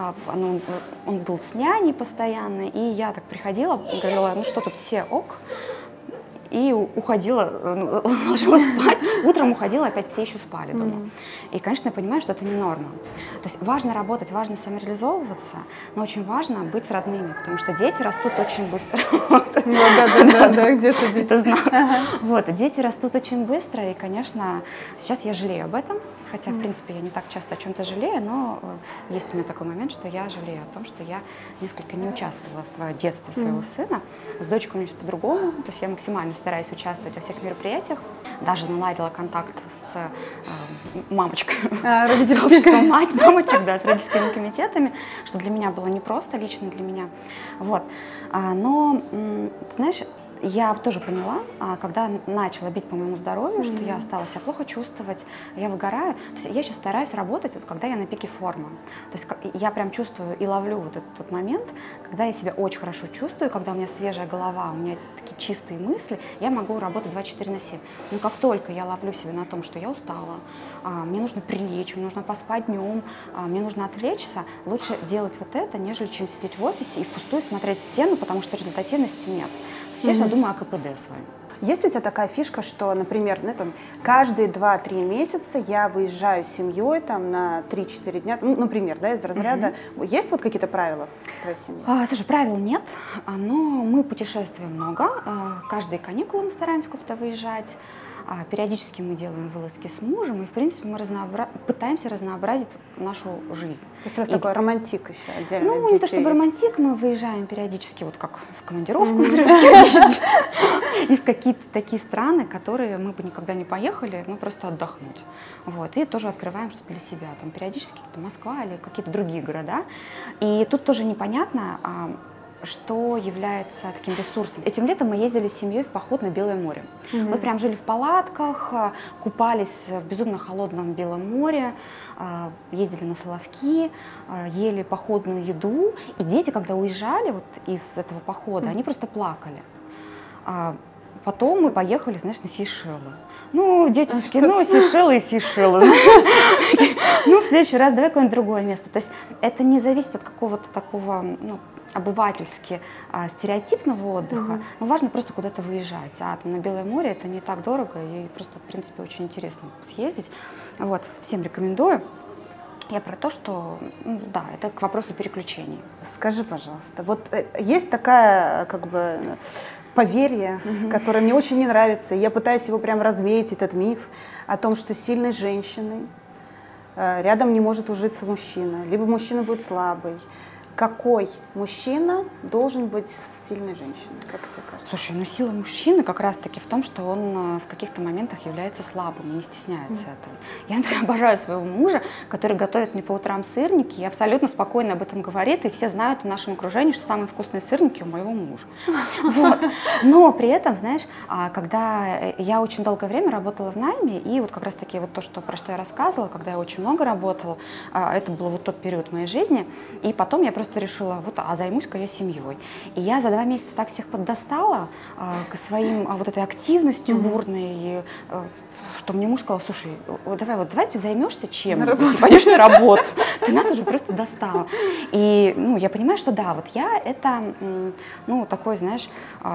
Он был с няней постоянно. И я так приходила, говорила, что тут все ок. И уходила, ложилась спать. Утром уходила, опять все еще спали дома. И, конечно, я понимаю, что это не норма. То есть важно работать, важно самореализовываться, но очень важно быть с родными, потому что дети растут очень быстро. Да, где-то это знак. Вот, дети растут очень быстро, и, конечно, сейчас я жалею об этом, хотя, в принципе, я не так часто о чем-то жалею, но есть у меня такой момент, что я жалею о том, что я несколько не участвовала в детстве своего сына. С дочкой у меня по-другому, то есть я максимально стараюсь участвовать во всех мероприятиях, даже наладила контакт с мамочкой, родительским мамочек, да, с родительскими комитетами, что для меня было непросто, лично для меня. Вот. Но, знаешь, я тоже поняла, когда начала бить по моему здоровью, что я стала себя плохо чувствовать, я выгораю. То есть я сейчас стараюсь работать, когда я на пике формы. То есть я прям чувствую и ловлю вот этот тот момент, когда я себя очень хорошо чувствую, когда у меня свежая голова, у меня такие чистые мысли, я могу работать 24/7. Но как только я ловлю себя на том, что я устала, мне нужно прилечь, мне нужно поспать днем, мне нужно отвлечься, лучше делать вот это, нежели чем сидеть в офисе и впустую смотреть в стену, потому что результативности нет. Сейчас я думаю о КПД своем. Есть у тебя такая фишка, что, например, каждые 2-3 месяца я выезжаю с семьей на 3-4 дня, например, из разряда. Есть вот какие-то правила в твоей семье? Слушай, правил нет, но мы путешествуем много. Каждые каникулы мы стараемся куда-то выезжать. Периодически мы делаем вылазки с мужем, и, в принципе, мы пытаемся разнообразить нашу жизнь. То есть у вас такой романтик еще отдельно? Ну, не то чтобы романтик, мы выезжаем периодически, вот как в командировку, и в какие-то такие страны, которые мы бы никогда не поехали, просто отдохнуть. Вот, и тоже открываем что-то для себя. Там периодически Москва или какие-то другие города. И тут тоже непонятно, что является таким ресурсом. Этим летом мы ездили с семьей в поход на Белое море. Мы прям жили в палатках, купались в безумно холодном Белом море, ездили на Соловки, ели походную еду. И дети, когда уезжали из этого похода, они просто плакали. Потом мы поехали, знаешь, на Сейшелы. Дети такие, Сейшелы и Сейшелы. В следующий раз давай какое-нибудь другое место. То есть это не зависит от какого-то такого, обывательски стереотипного отдыха, но важно просто куда-то выезжать. На Белое море это не так дорого и просто, в принципе, очень интересно съездить. Вот, всем рекомендую. Я про то, что, это к вопросу переключений. Скажи, пожалуйста, вот есть такая, поверье, которое мне очень не нравится, я пытаюсь его прям развеять, этот миф о том, что сильной женщиной рядом не может ужиться мужчина, либо мужчина будет слабый. Какой мужчина должен быть сильной женщиной, как тебе кажется? Слушай, сила мужчины как раз-таки в том, что он в каких-то моментах является слабым и не стесняется этого. Я, например, обожаю своего мужа, который готовит мне по утрам сырники и абсолютно спокойно об этом говорит, и все знают в нашем окружении, что самые вкусные сырники у моего мужа. Вот. Но при этом, знаешь, когда я очень долгое время работала в найме, и вот как раз-таки вот то, про что я рассказывала, когда я очень много работала, это был вот тот период моей жизни, и потом я просто решила, займусь-ка я семьей. И я за 2 месяца так всех поддостала к своим вот этой активностью бурной, что мне муж сказал, слушай, давай ты займешься чем-нибудь, ты пойдешь на работу. Ты нас уже просто достала. И я понимаю, что да, вот я это, такой, знаешь,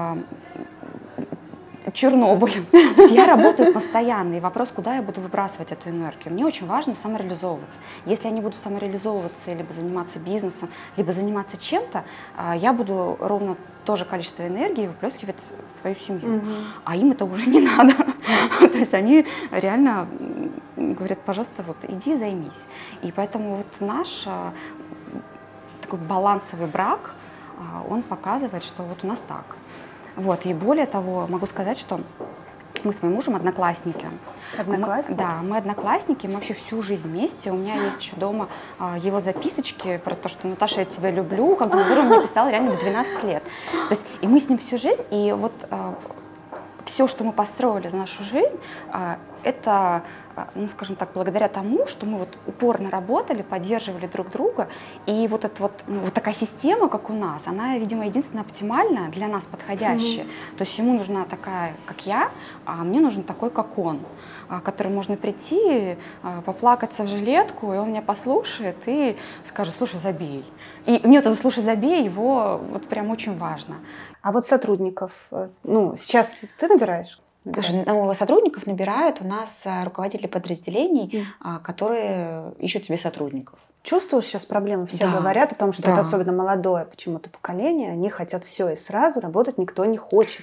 Чернобыль. Я работаю постоянно, и вопрос, куда я буду выбрасывать эту энергию. Мне очень важно самореализовываться. Если я не буду самореализовываться, либо заниматься бизнесом, либо заниматься чем-то, я буду ровно то же количество энергии выплескивать в свою семью. А им это уже не надо. То есть они реально говорят, пожалуйста, иди займись. И поэтому наш такой балансовый брак, он показывает, что у нас так. И более того, могу сказать, что мы с моим мужем одноклассники. Одноклассники? Да, мы одноклассники, мы вообще всю жизнь вместе. У меня есть еще дома его записочки про то, что «Наташа, я тебя люблю», который он мне писал реально в 12 лет. То есть, и мы с ним всю жизнь, и все, что мы построили за нашу жизнь, это, ну, скажем так, благодаря тому, что мы вот упорно работали, поддерживали друг друга, и вот эта вот такая система, как у нас, она, видимо, единственная оптимальная, для нас подходящая. То есть ему нужна такая, как я, а мне нужен такой, как он, который можно прийти, поплакаться в жилетку, и он меня послушает и скажет: слушай, забей. И мне вот это «слушай, забей» его вот прям очень важно. А вот сотрудников, ну, сейчас ты набираешь? Слушай, сотрудников набирают у нас руководители подразделений, которые ищут себе сотрудников. Чувствуешь сейчас проблемы? Все Да, говорят о том, что да. это особенно молодое почему-то поколение, они хотят все и сразу, работать никто не хочет.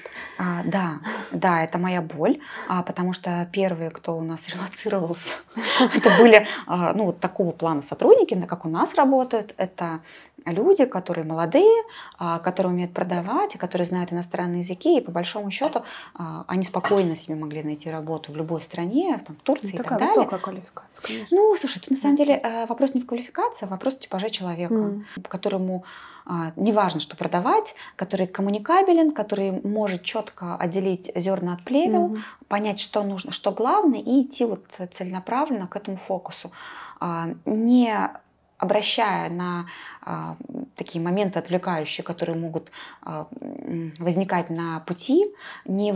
Да, это моя боль, потому что первые, кто у нас релоцировался, это были вот такого плана сотрудники, как у нас работают. Это люди, которые молодые, которые умеют продавать, которые знают иностранные языки, и по большому счету они спокойно себе могли найти работу в любой стране, в Турции и так далее. Такая высокая квалификация, конечно. Ну, слушай, тут на самом деле вопрос не в квалификации, а вопрос типажа человека, которому не важно, что продавать, который коммуникабелен, который может четко отделить зерна от плевел, понять, что нужно, что главное, и идти вот целенаправленно к этому фокусу, не обращая на такие моменты отвлекающие, которые могут возникать на пути, не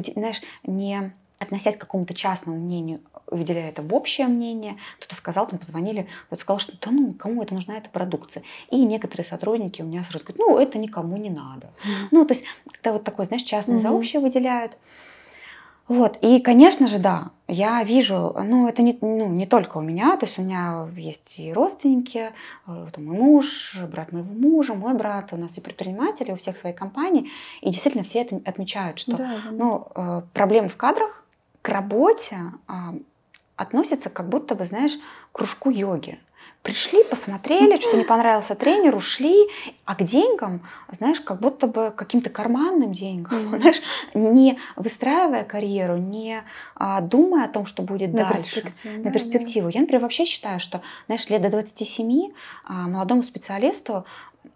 относясь к какому-то частному мнению, выделяя это в общее мнение. Кто-то сказал, там позвонили, кто-то сказал, что да ну, кому это нужна эта продукция. И некоторые сотрудники у меня сразу говорят: ну, это никому не надо. Ну, то есть, когда вот такое, знаешь, частное за общее выделяют. Вот, и, конечно же, да, я вижу, это не только у меня, то есть у меня есть и родственники, там, мой муж, брат моего мужа, мой брат, у нас и предприниматели, у всех свои компании, и действительно все это отмечают, что проблемы в кадрах к работе относятся как будто бы, знаешь, к кружку йоги. Пришли, посмотрели, что-то не понравился тренер, ушли, а к деньгам, знаешь, как будто бы каким-то карманным деньгам, знаешь, не выстраивая карьеру, не думая о том, что будет дальше, на перспективу. Я, например, вообще считаю, что, знаешь, лет до 27 молодому специалисту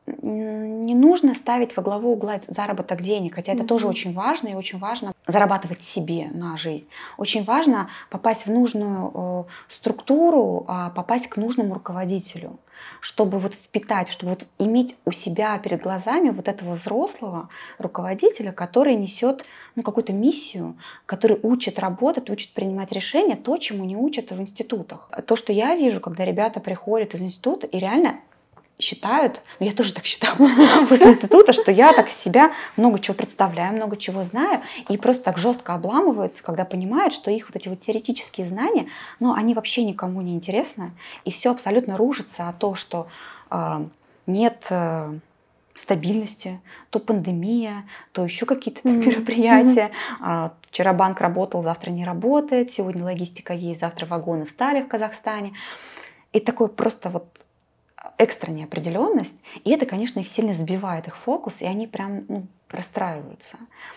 не нужно ставить во главу угла заработок денег, хотя это тоже очень важно, и очень важно зарабатывать себе на жизнь. Очень важно попасть в нужную структуру, попасть к нужному руководителю, чтобы вот впитать, чтобы вот иметь у себя перед глазами вот этого взрослого руководителя, который несет какую-то миссию, который учит работать, учит принимать решения, то, чему не учат в институтах. То, что я вижу, когда ребята приходят из института и реально считают, я тоже так считала после института, что я так из себя много чего представляю, много чего знаю, и просто так жестко обламываются, когда понимают, что их вот эти вот теоретические знания, они вообще никому не интересны, и все абсолютно рушится о том, что нет стабильности, то пандемия, то еще какие-то мероприятия. Вчера банк работал, завтра не работает, сегодня логистика есть, завтра вагоны встали в Казахстане. И такой просто вот экстра неопределенность, и это, конечно, их сильно сбивает их фокус, и они прям расстраиваются.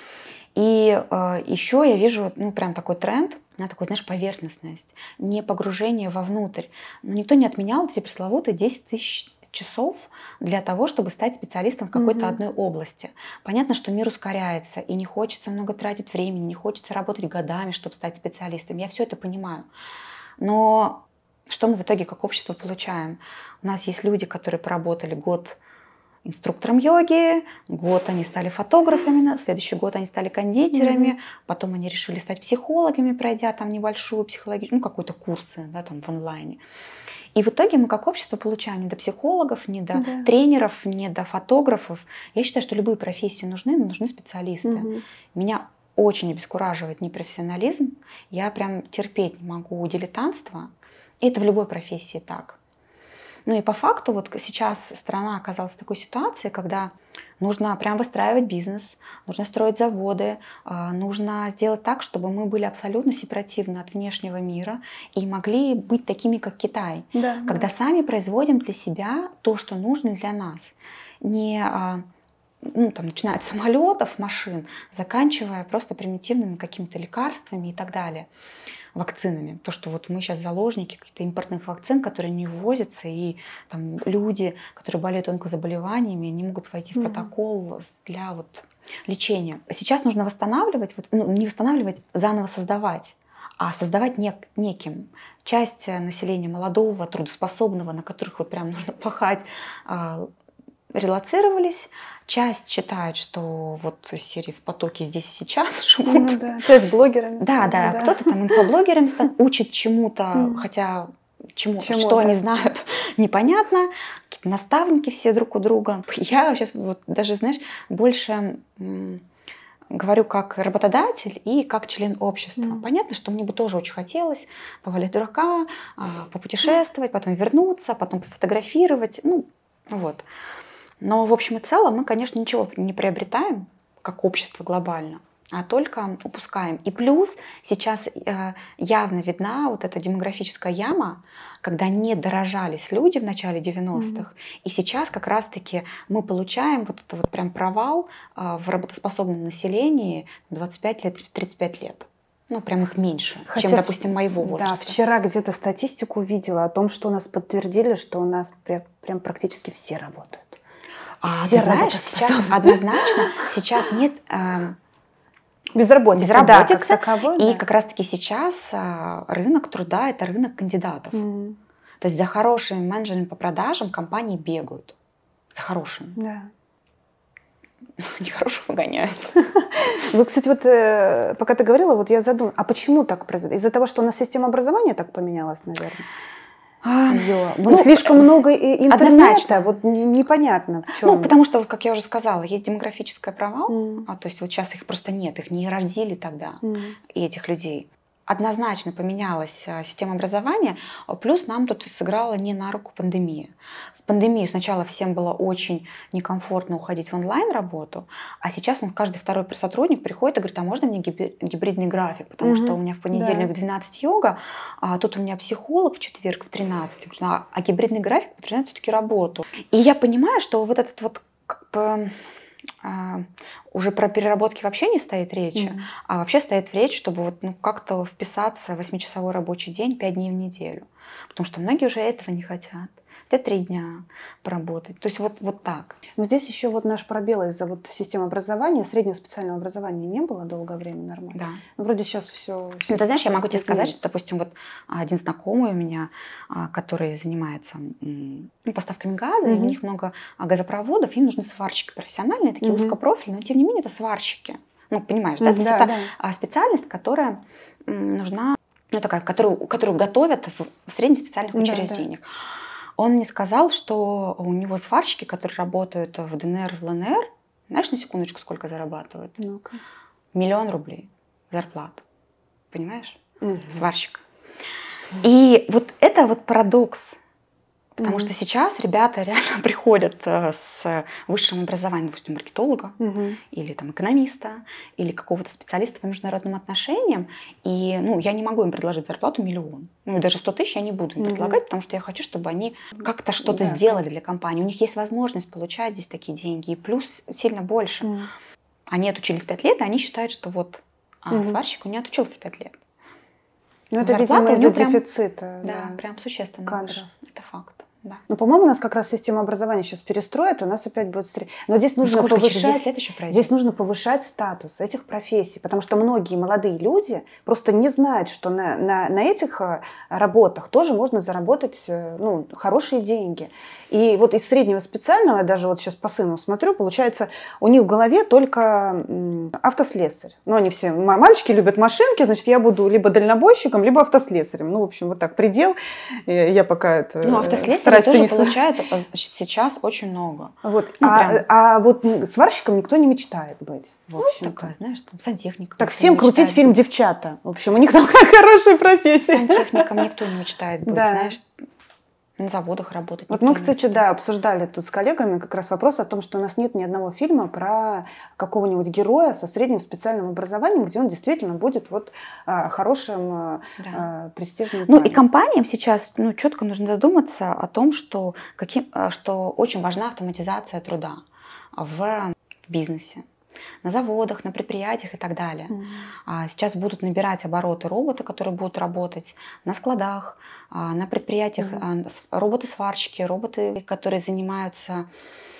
И еще я вижу прям такой тренд, такой, знаешь, поверхностность, не погружение вовнутрь. Никто не отменял эти пресловутые 10 тысяч часов для того, чтобы стать специалистом в какой-то одной области. Понятно, что мир ускоряется, и не хочется много тратить времени, не хочется работать годами, чтобы стать специалистом. Я все это понимаю. Но что мы в итоге как общество получаем? У нас есть люди, которые поработали год инструктором йоги, год они стали фотографами, на следующий год они стали кондитерами, потом они решили стать психологами, пройдя там небольшую психологическую, какой-то курсы, там в онлайне. И в итоге мы как общество получаем не до психологов, не до тренеров, не до фотографов. Я считаю, что любые профессии нужны, но нужны специалисты. Меня очень обескураживает непрофессионализм. Я прям терпеть не могу дилетантство. И это в любой профессии так. И по факту вот сейчас страна оказалась в такой ситуации, когда нужно прям выстраивать бизнес, нужно строить заводы, нужно сделать так, чтобы мы были абсолютно сепаративны от внешнего мира и могли быть такими, как Китай. Когда сами производим для себя то, что нужно для нас. Не начиная от самолетов, машин, заканчивая просто примитивными какими-то лекарствами и так далее. Вакцинами. То, что вот мы сейчас заложники каких-то импортных вакцин, которые не ввозятся, и там люди, которые болеют онкозаболеваниями, не могут войти в протокол для лечение. Сейчас нужно восстанавливать, не восстанавливать, заново создавать, а создавать неким. Часть населения молодого, трудоспособного, на которых вот прям нужно пахать, релоцировались. Часть считает, что вот серии в потоке здесь и сейчас живут. Часть блогерами. Да. Кто-то там инфоблогерами учит чему-то, хотя что они знают, непонятно. Какие-то наставники все друг у друга. Я сейчас вот даже, знаешь, больше говорю как работодатель и как член общества. Понятно, что мне бы тоже очень хотелось повалять дурака, попутешествовать, потом вернуться, потом пофотографировать. Вот. Но в общем и целом мы, конечно, ничего не приобретаем как общество глобально, а только упускаем. И плюс сейчас явно видна вот эта демографическая яма, когда не дорожались люди в начале 90-х, и сейчас как раз-таки мы получаем вот это вот прям провал в работоспособном населении 25 лет, 35 лет. Прям их меньше, чем, допустим, моего возраста. Да, вчера где-то статистику видела о том, что у нас подтвердили, что у нас прям практически все работают. Ты знаешь, сейчас однозначно нет безработицы, да, как таковой, и как раз-таки сейчас рынок труда – это рынок кандидатов. То есть за хорошими менеджерами по продажам компании бегают. За хорошими. Да. Нехороших выгоняют. Ну, кстати, вот пока ты говорила, вот я задумалась, а почему так произошло? Из-за того, что у нас система образования так поменялась, наверное? Слишком много интернета, однозначно. вот непонятно в чем. Потому что, как я уже сказала, есть демографический провал, то есть вот сейчас их просто нет, их не родили тогда, и этих людей. Однозначно поменялась система образования, плюс нам тут сыграла не на руку пандемия. В пандемию сначала всем было очень некомфортно уходить в онлайн-работу, а сейчас каждый второй сотрудник приходит и говорит, а можно мне гибридный график, потому что у меня в понедельник в 12 йога, а тут у меня психолог в четверг в 13, а гибридный график подразумевает все-таки работу. И я понимаю, что вот этот вот уже про переработки вообще не стоит речи, а вообще стоит речь, чтобы вот, как-то вписаться в 8-часовой рабочий день 5 дней в неделю. Потому что многие уже этого не хотят. 3 дня поработать. То есть вот так. Но здесь еще вот наш пробел из-за вот системы образования, среднего специального образования не было долгое время нормально. Да. Вроде сейчас все. Ты знаешь, я могу тебе сказать, что, допустим, вот один знакомый у меня, который занимается поставками газа, и у них много газопроводов, им нужны сварщики профессиональные, такие узкопрофильные, но тем не менее это сварщики. Понимаешь, да? То есть это специальность, которая нужна, такая, которую готовят в среднеспециальных учреждениях. Он мне сказал, что у него сварщики, которые работают в ДНР, в ЛНР, знаешь, на секундочку, сколько зарабатывают? Ну-ка. 1 000 000 рублей зарплата. Понимаешь? Сварщик. И вот это вот парадокс. Потому что сейчас ребята реально приходят с высшим образованием, допустим, маркетолога или там экономиста, или какого-то специалиста по международным отношениям. И я не могу им предложить зарплату 1 000 000. И даже 100 000 я не буду им предлагать, потому что я хочу, чтобы они как-то что-то сделали для компании. У них есть возможность получать здесь такие деньги. И плюс сильно больше. Они отучились 5 лет, и они считают, что сварщик не отучился 5 лет. Это, видимо, из-за дефицита. Да, прям существенно. Кадров. Это факт. Да. По-моему, у нас как раз система образования сейчас перестроит, и у нас опять будет... Но здесь нужно повышать статус этих профессий, потому что многие молодые люди просто не знают, что на этих работах тоже можно заработать хорошие деньги. И вот из среднего специального, я даже вот сейчас по сыну смотрю, получается, у них в голове только автослесарь. Они все, мальчики любят машинки, значит, я буду либо дальнобойщиком, либо автослесарем. В общем, вот так предел. Я пока это... автослесари тоже получают сейчас очень много. Вот. Вот сварщиком никто не мечтает быть. В общем, такая, знаешь, там сантехником. Так всем крутить фильм «Девчата». В общем, у них там хорошая профессия. Сантехником никто не мечтает быть, знаешь. На заводах работать. Вот мы, кстати, обсуждали тут с коллегами как раз вопрос о том, что у нас нет ни одного фильма про какого-нибудь героя со средним специальным образованием, где он действительно будет хорошим, престижным парнем. И компаниям сейчас четко нужно задуматься о том, что очень важна автоматизация труда в бизнесе. На заводах, на предприятиях и так далее. Сейчас будут набирать обороты роботы, которые будут работать на складах, на предприятиях, роботы-сварщики, роботы, которые занимаются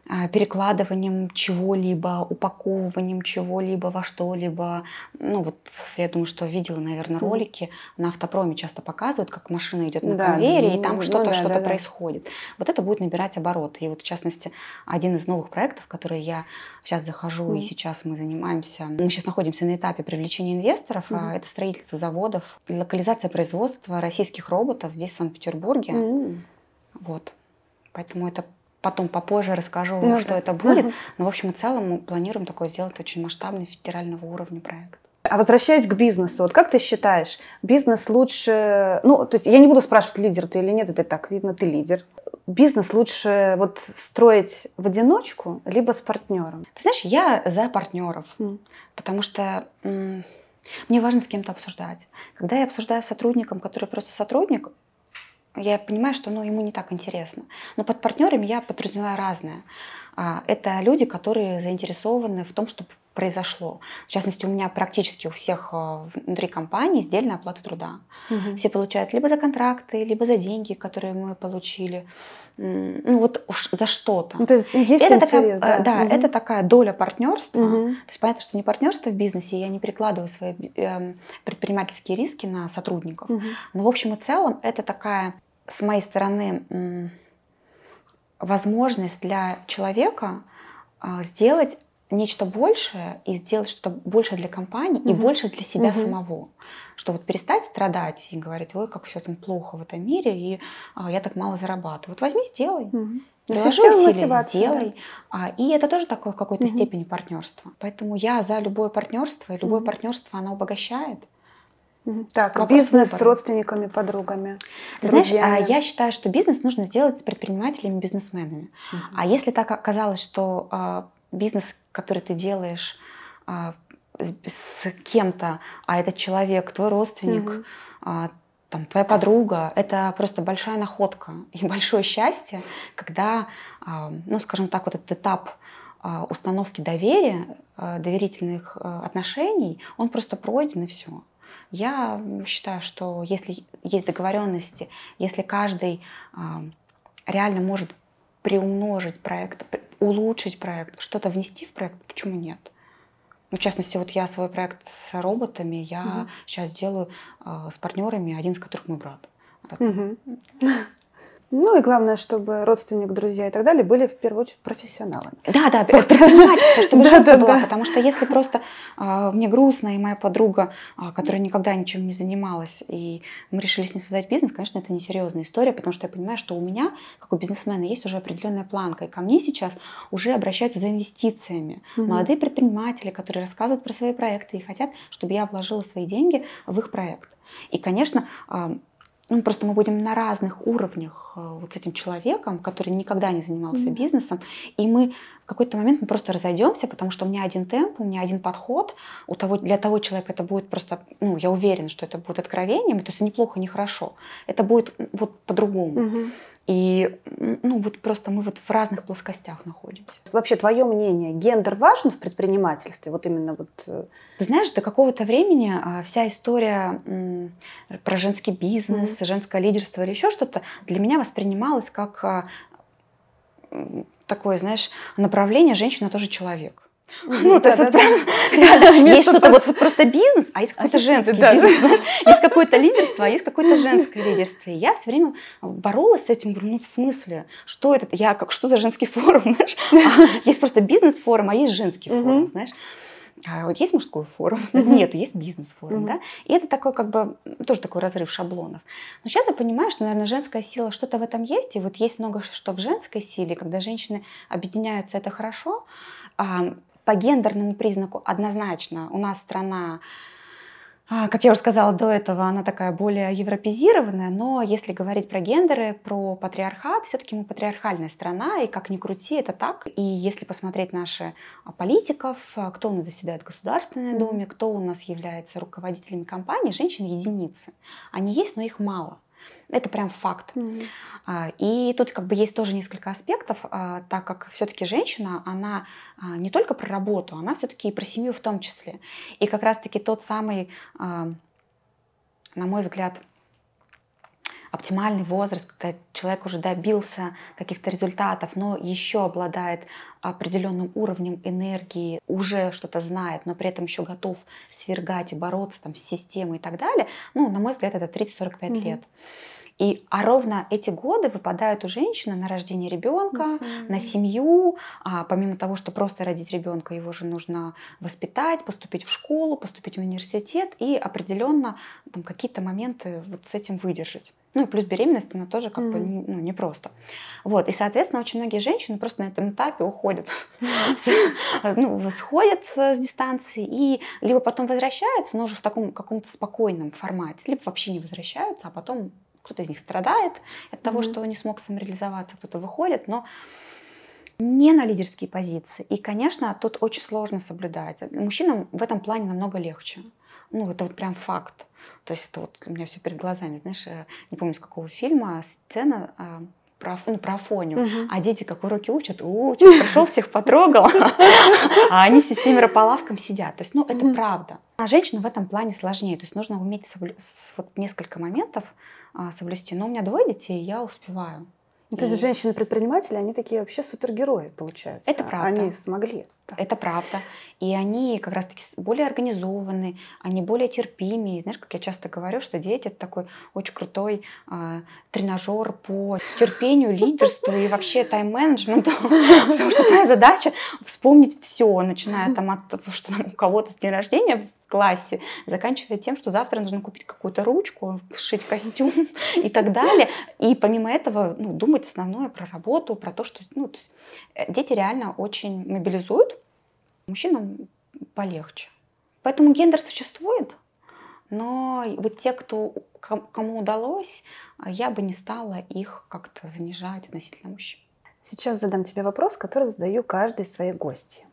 перекладыванием чего-либо, упаковыванием чего-либо во что-либо. Ну вот я думаю, что видела, наверное, ролики на автопроме часто показывают, как машина идет на конвейере, и там что-то происходит. Вот это будет набирать обороты. И вот в частности один из новых проектов, которые я сейчас захожу, и сейчас мы занимаемся, мы сейчас находимся на этапе привлечения инвесторов, это строительство заводов, локализация производства российских роботов здесь, в Санкт-Петербурге. Вот. Поэтому это потом попозже расскажу, что это будет. Но, в общем и целом, мы планируем такое сделать очень масштабный федерального уровня проект. А возвращаясь к бизнесу, вот как ты считаешь, бизнес лучше... Ну, то есть я не буду спрашивать, лидер ты или нет, это так видно, ты лидер. Бизнес лучше вот строить в одиночку, либо с партнером? Ты знаешь, я за партнеров, потому что мне важно с кем-то обсуждать. Когда я обсуждаю с сотрудником, который просто сотрудник, я понимаю, что ему не так интересно. Но под партнерами я подразумеваю разное. Это люди, которые заинтересованы в том, чтобы произошло. В частности, у меня практически у всех внутри компании сдельная оплата труда. Все получают либо за контракты, либо за деньги, которые мы получили. Ну вот уж за что-то. Ну, то есть это интерес, такая, это такая доля партнерства. То есть понятно, что не партнерство в бизнесе, я не перекладываю свои предпринимательские риски на сотрудников. Но в общем и целом это такая, с моей стороны, возможность для человека сделать нечто большее и сделать что-то большее для компании и больше для себя самого. Что вот перестать страдать и говорить, ой, как все там плохо в этом мире, и я так мало зарабатываю. Вот возьми, сделай. Приложи усилия, сделай. И это тоже такое в какой-то степени партнерство. Поэтому я за любое партнерство, и любое партнерство, оно обогащает. Так, вопрос бизнес выбора. С родственниками, подругами. Ты знаешь, я считаю, что бизнес нужно делать с предпринимателями, бизнесменами. А если так оказалось, что бизнес, который ты делаешь с кем-то, а этот человек, твой родственник, там, твоя подруга, это просто большая находка и большое счастье, когда, ну, скажем так, вот этот этап установки доверия, доверительных отношений, он просто пройден и все. Я считаю, что если есть договоренности, если каждый реально может приумножить проект, улучшить проект, что-то внести в проект, почему нет? Ну, в частности, вот я свой проект с роботами, я сейчас делаю с партнерами, один из которых мой брат. Ну и главное, чтобы родственник, друзья и так далее были в первую очередь профессионалами. Да, предпринимательство, чтобы жилка была, потому что если просто мне грустно, и моя подруга, которая никогда ничем не занималась, и мы решили с ней создать бизнес, конечно, это несерьезная история, потому что я понимаю, что у меня, как у бизнесмена, есть уже определенная планка, и ко мне сейчас уже обращаются за инвестициями. Молодые предприниматели, которые рассказывают про свои проекты и хотят, чтобы я вложила свои деньги в их проект. И, конечно, просто мы будем на разных уровнях вот с этим человеком, который никогда не занимался бизнесом, и мы в какой-то момент мы просто разойдемся, потому что у меня один темп, у меня один подход, для того человека это будет просто, я уверена, что это будет откровением, то есть неплохо, не хорошо, это будет вот по-другому. И вот просто мы вот в разных плоскостях находимся. Вообще, твое мнение, гендер важен в предпринимательстве? Вот именно вот... Ты знаешь, до какого-то времени вся история про женский бизнес, женское лидерство или еще что-то для меня воспринималась как такое, знаешь, направление «женщина тоже человек». То есть вот прям реально есть что-то вот просто бизнес, а есть какой-то женский бизнес. Есть какое-то лидерство, а есть какое-то женское лидерство. И я все время боролась с этим, говорю, в смысле, что это? Что за женский форум, знаешь? Есть просто бизнес-форум, а есть женский форум, знаешь? Вот есть мужской форум? Нет, есть бизнес-форум, да? И это такой тоже такой разрыв шаблонов. Но сейчас я понимаю, что, наверное, женская сила, что-то в этом есть, и вот есть много что в женской силе, когда женщины объединяются, это хорошо. По гендерному признаку однозначно у нас страна, как я уже сказала до этого, она такая более европезированная, но если говорить про гендеры, про патриархат, все-таки мы патриархальная страна, и как ни крути, это так. И если посмотреть наших политиков, кто у нас заседает в Государственной Думе, кто у нас является руководителями компаний, женщин единицы. Они есть, но их мало. Это прям факт. И тут есть тоже несколько аспектов, так как все-таки женщина, она не только про работу, она все-таки и про семью в том числе. И как раз-таки тот самый, на мой взгляд, оптимальный возраст, когда человек уже добился каких-то результатов, но еще обладает определенным уровнем энергии, уже что-то знает, но при этом еще готов свергать и бороться там, с системой и так далее, ну, на мой взгляд, это 30-45 лет. А ровно эти годы выпадают у женщины на рождение ребенка, на семью. Помимо того, что просто родить ребенка, его же нужно воспитать, поступить в школу, поступить в университет и определенно там, какие-то моменты вот с этим выдержать. Ну и плюс беременность, она тоже как бы непросто. Вот. И, соответственно, очень многие женщины просто на этом этапе уходят, сходят с дистанции и либо потом возвращаются, но уже в таком каком-то спокойном формате, либо вообще не возвращаются, а потом кто-то из них страдает от того, что не смог самореализоваться, кто-то выходит, но не на лидерские позиции. И, конечно, тут очень сложно соблюдать. Мужчинам в этом плане намного легче. Ну, это вот прям факт. То есть это вот у меня все перед глазами. Знаешь, не помню, с какого фильма, сцена про Афоню. А дети как уроки учат, пришел, всех потрогал, а они все 7 по лавкам сидят. То есть, ну, это правда. А женщина в этом плане сложнее. То есть нужно уметь вот несколько моментов соблюсти. Но у меня 2 детей, я успеваю. То есть женщины-предприниматели, они такие вообще супергерои, получаются. Это правда. Они смогли. Это правда. И они как раз-таки более организованы, они более терпимые. Знаешь, как я часто говорю, что дети — это такой очень крутой тренажер по терпению, лидерству и вообще тайм-менеджменту. Потому что твоя задача вспомнить все, начиная там от того, что у кого-то день рождения в классе, заканчивая тем, что завтра нужно купить какую-то ручку, сшить костюм и так далее. И помимо этого думать основное про работу, про то, что то есть дети реально очень мобилизуют, мужчинам полегче. Поэтому гендер существует, но вот те, кому удалось, я бы не стала их как-то занижать относительно мужчин. Сейчас задам тебе вопрос, который задаю каждой своей гости.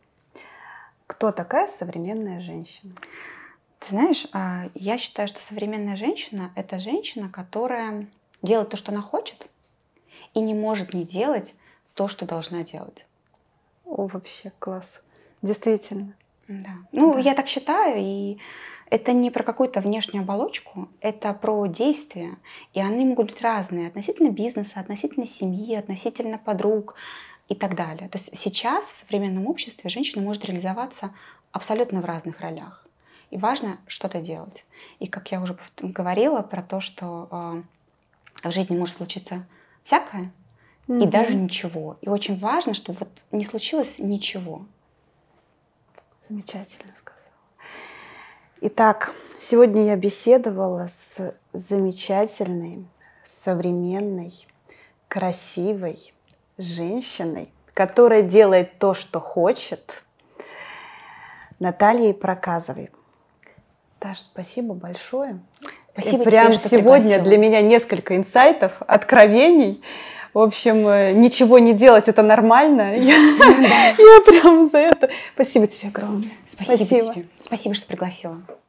Кто такая современная женщина? Ты знаешь, я считаю, что современная женщина — это женщина, которая делает то, что она хочет, и не может не делать то, что должна делать. О, вообще класс. Действительно. Да. Я так считаю, и это не про какую-то внешнюю оболочку, это про действия, и они могут быть разные относительно бизнеса, относительно семьи, относительно подруг и так далее. То есть сейчас в современном обществе женщина может реализоваться абсолютно в разных ролях. И важно что-то делать. И как я уже говорила про то, что в жизни может случиться всякое, и даже ничего. И очень важно, чтобы вот не случилось ничего. Замечательно сказала. Итак, сегодня я беседовала с замечательной, современной, красивой женщиной, которая делает то, что хочет, Натальей Проказовой. Таш, спасибо большое. Спасибо тебе, прям что сегодня пригласила. Для меня несколько инсайтов, откровений. В общем, ничего не делать — это нормально. Я прям за это. Спасибо тебе огромное. Спасибо тебе. Спасибо, что пригласила.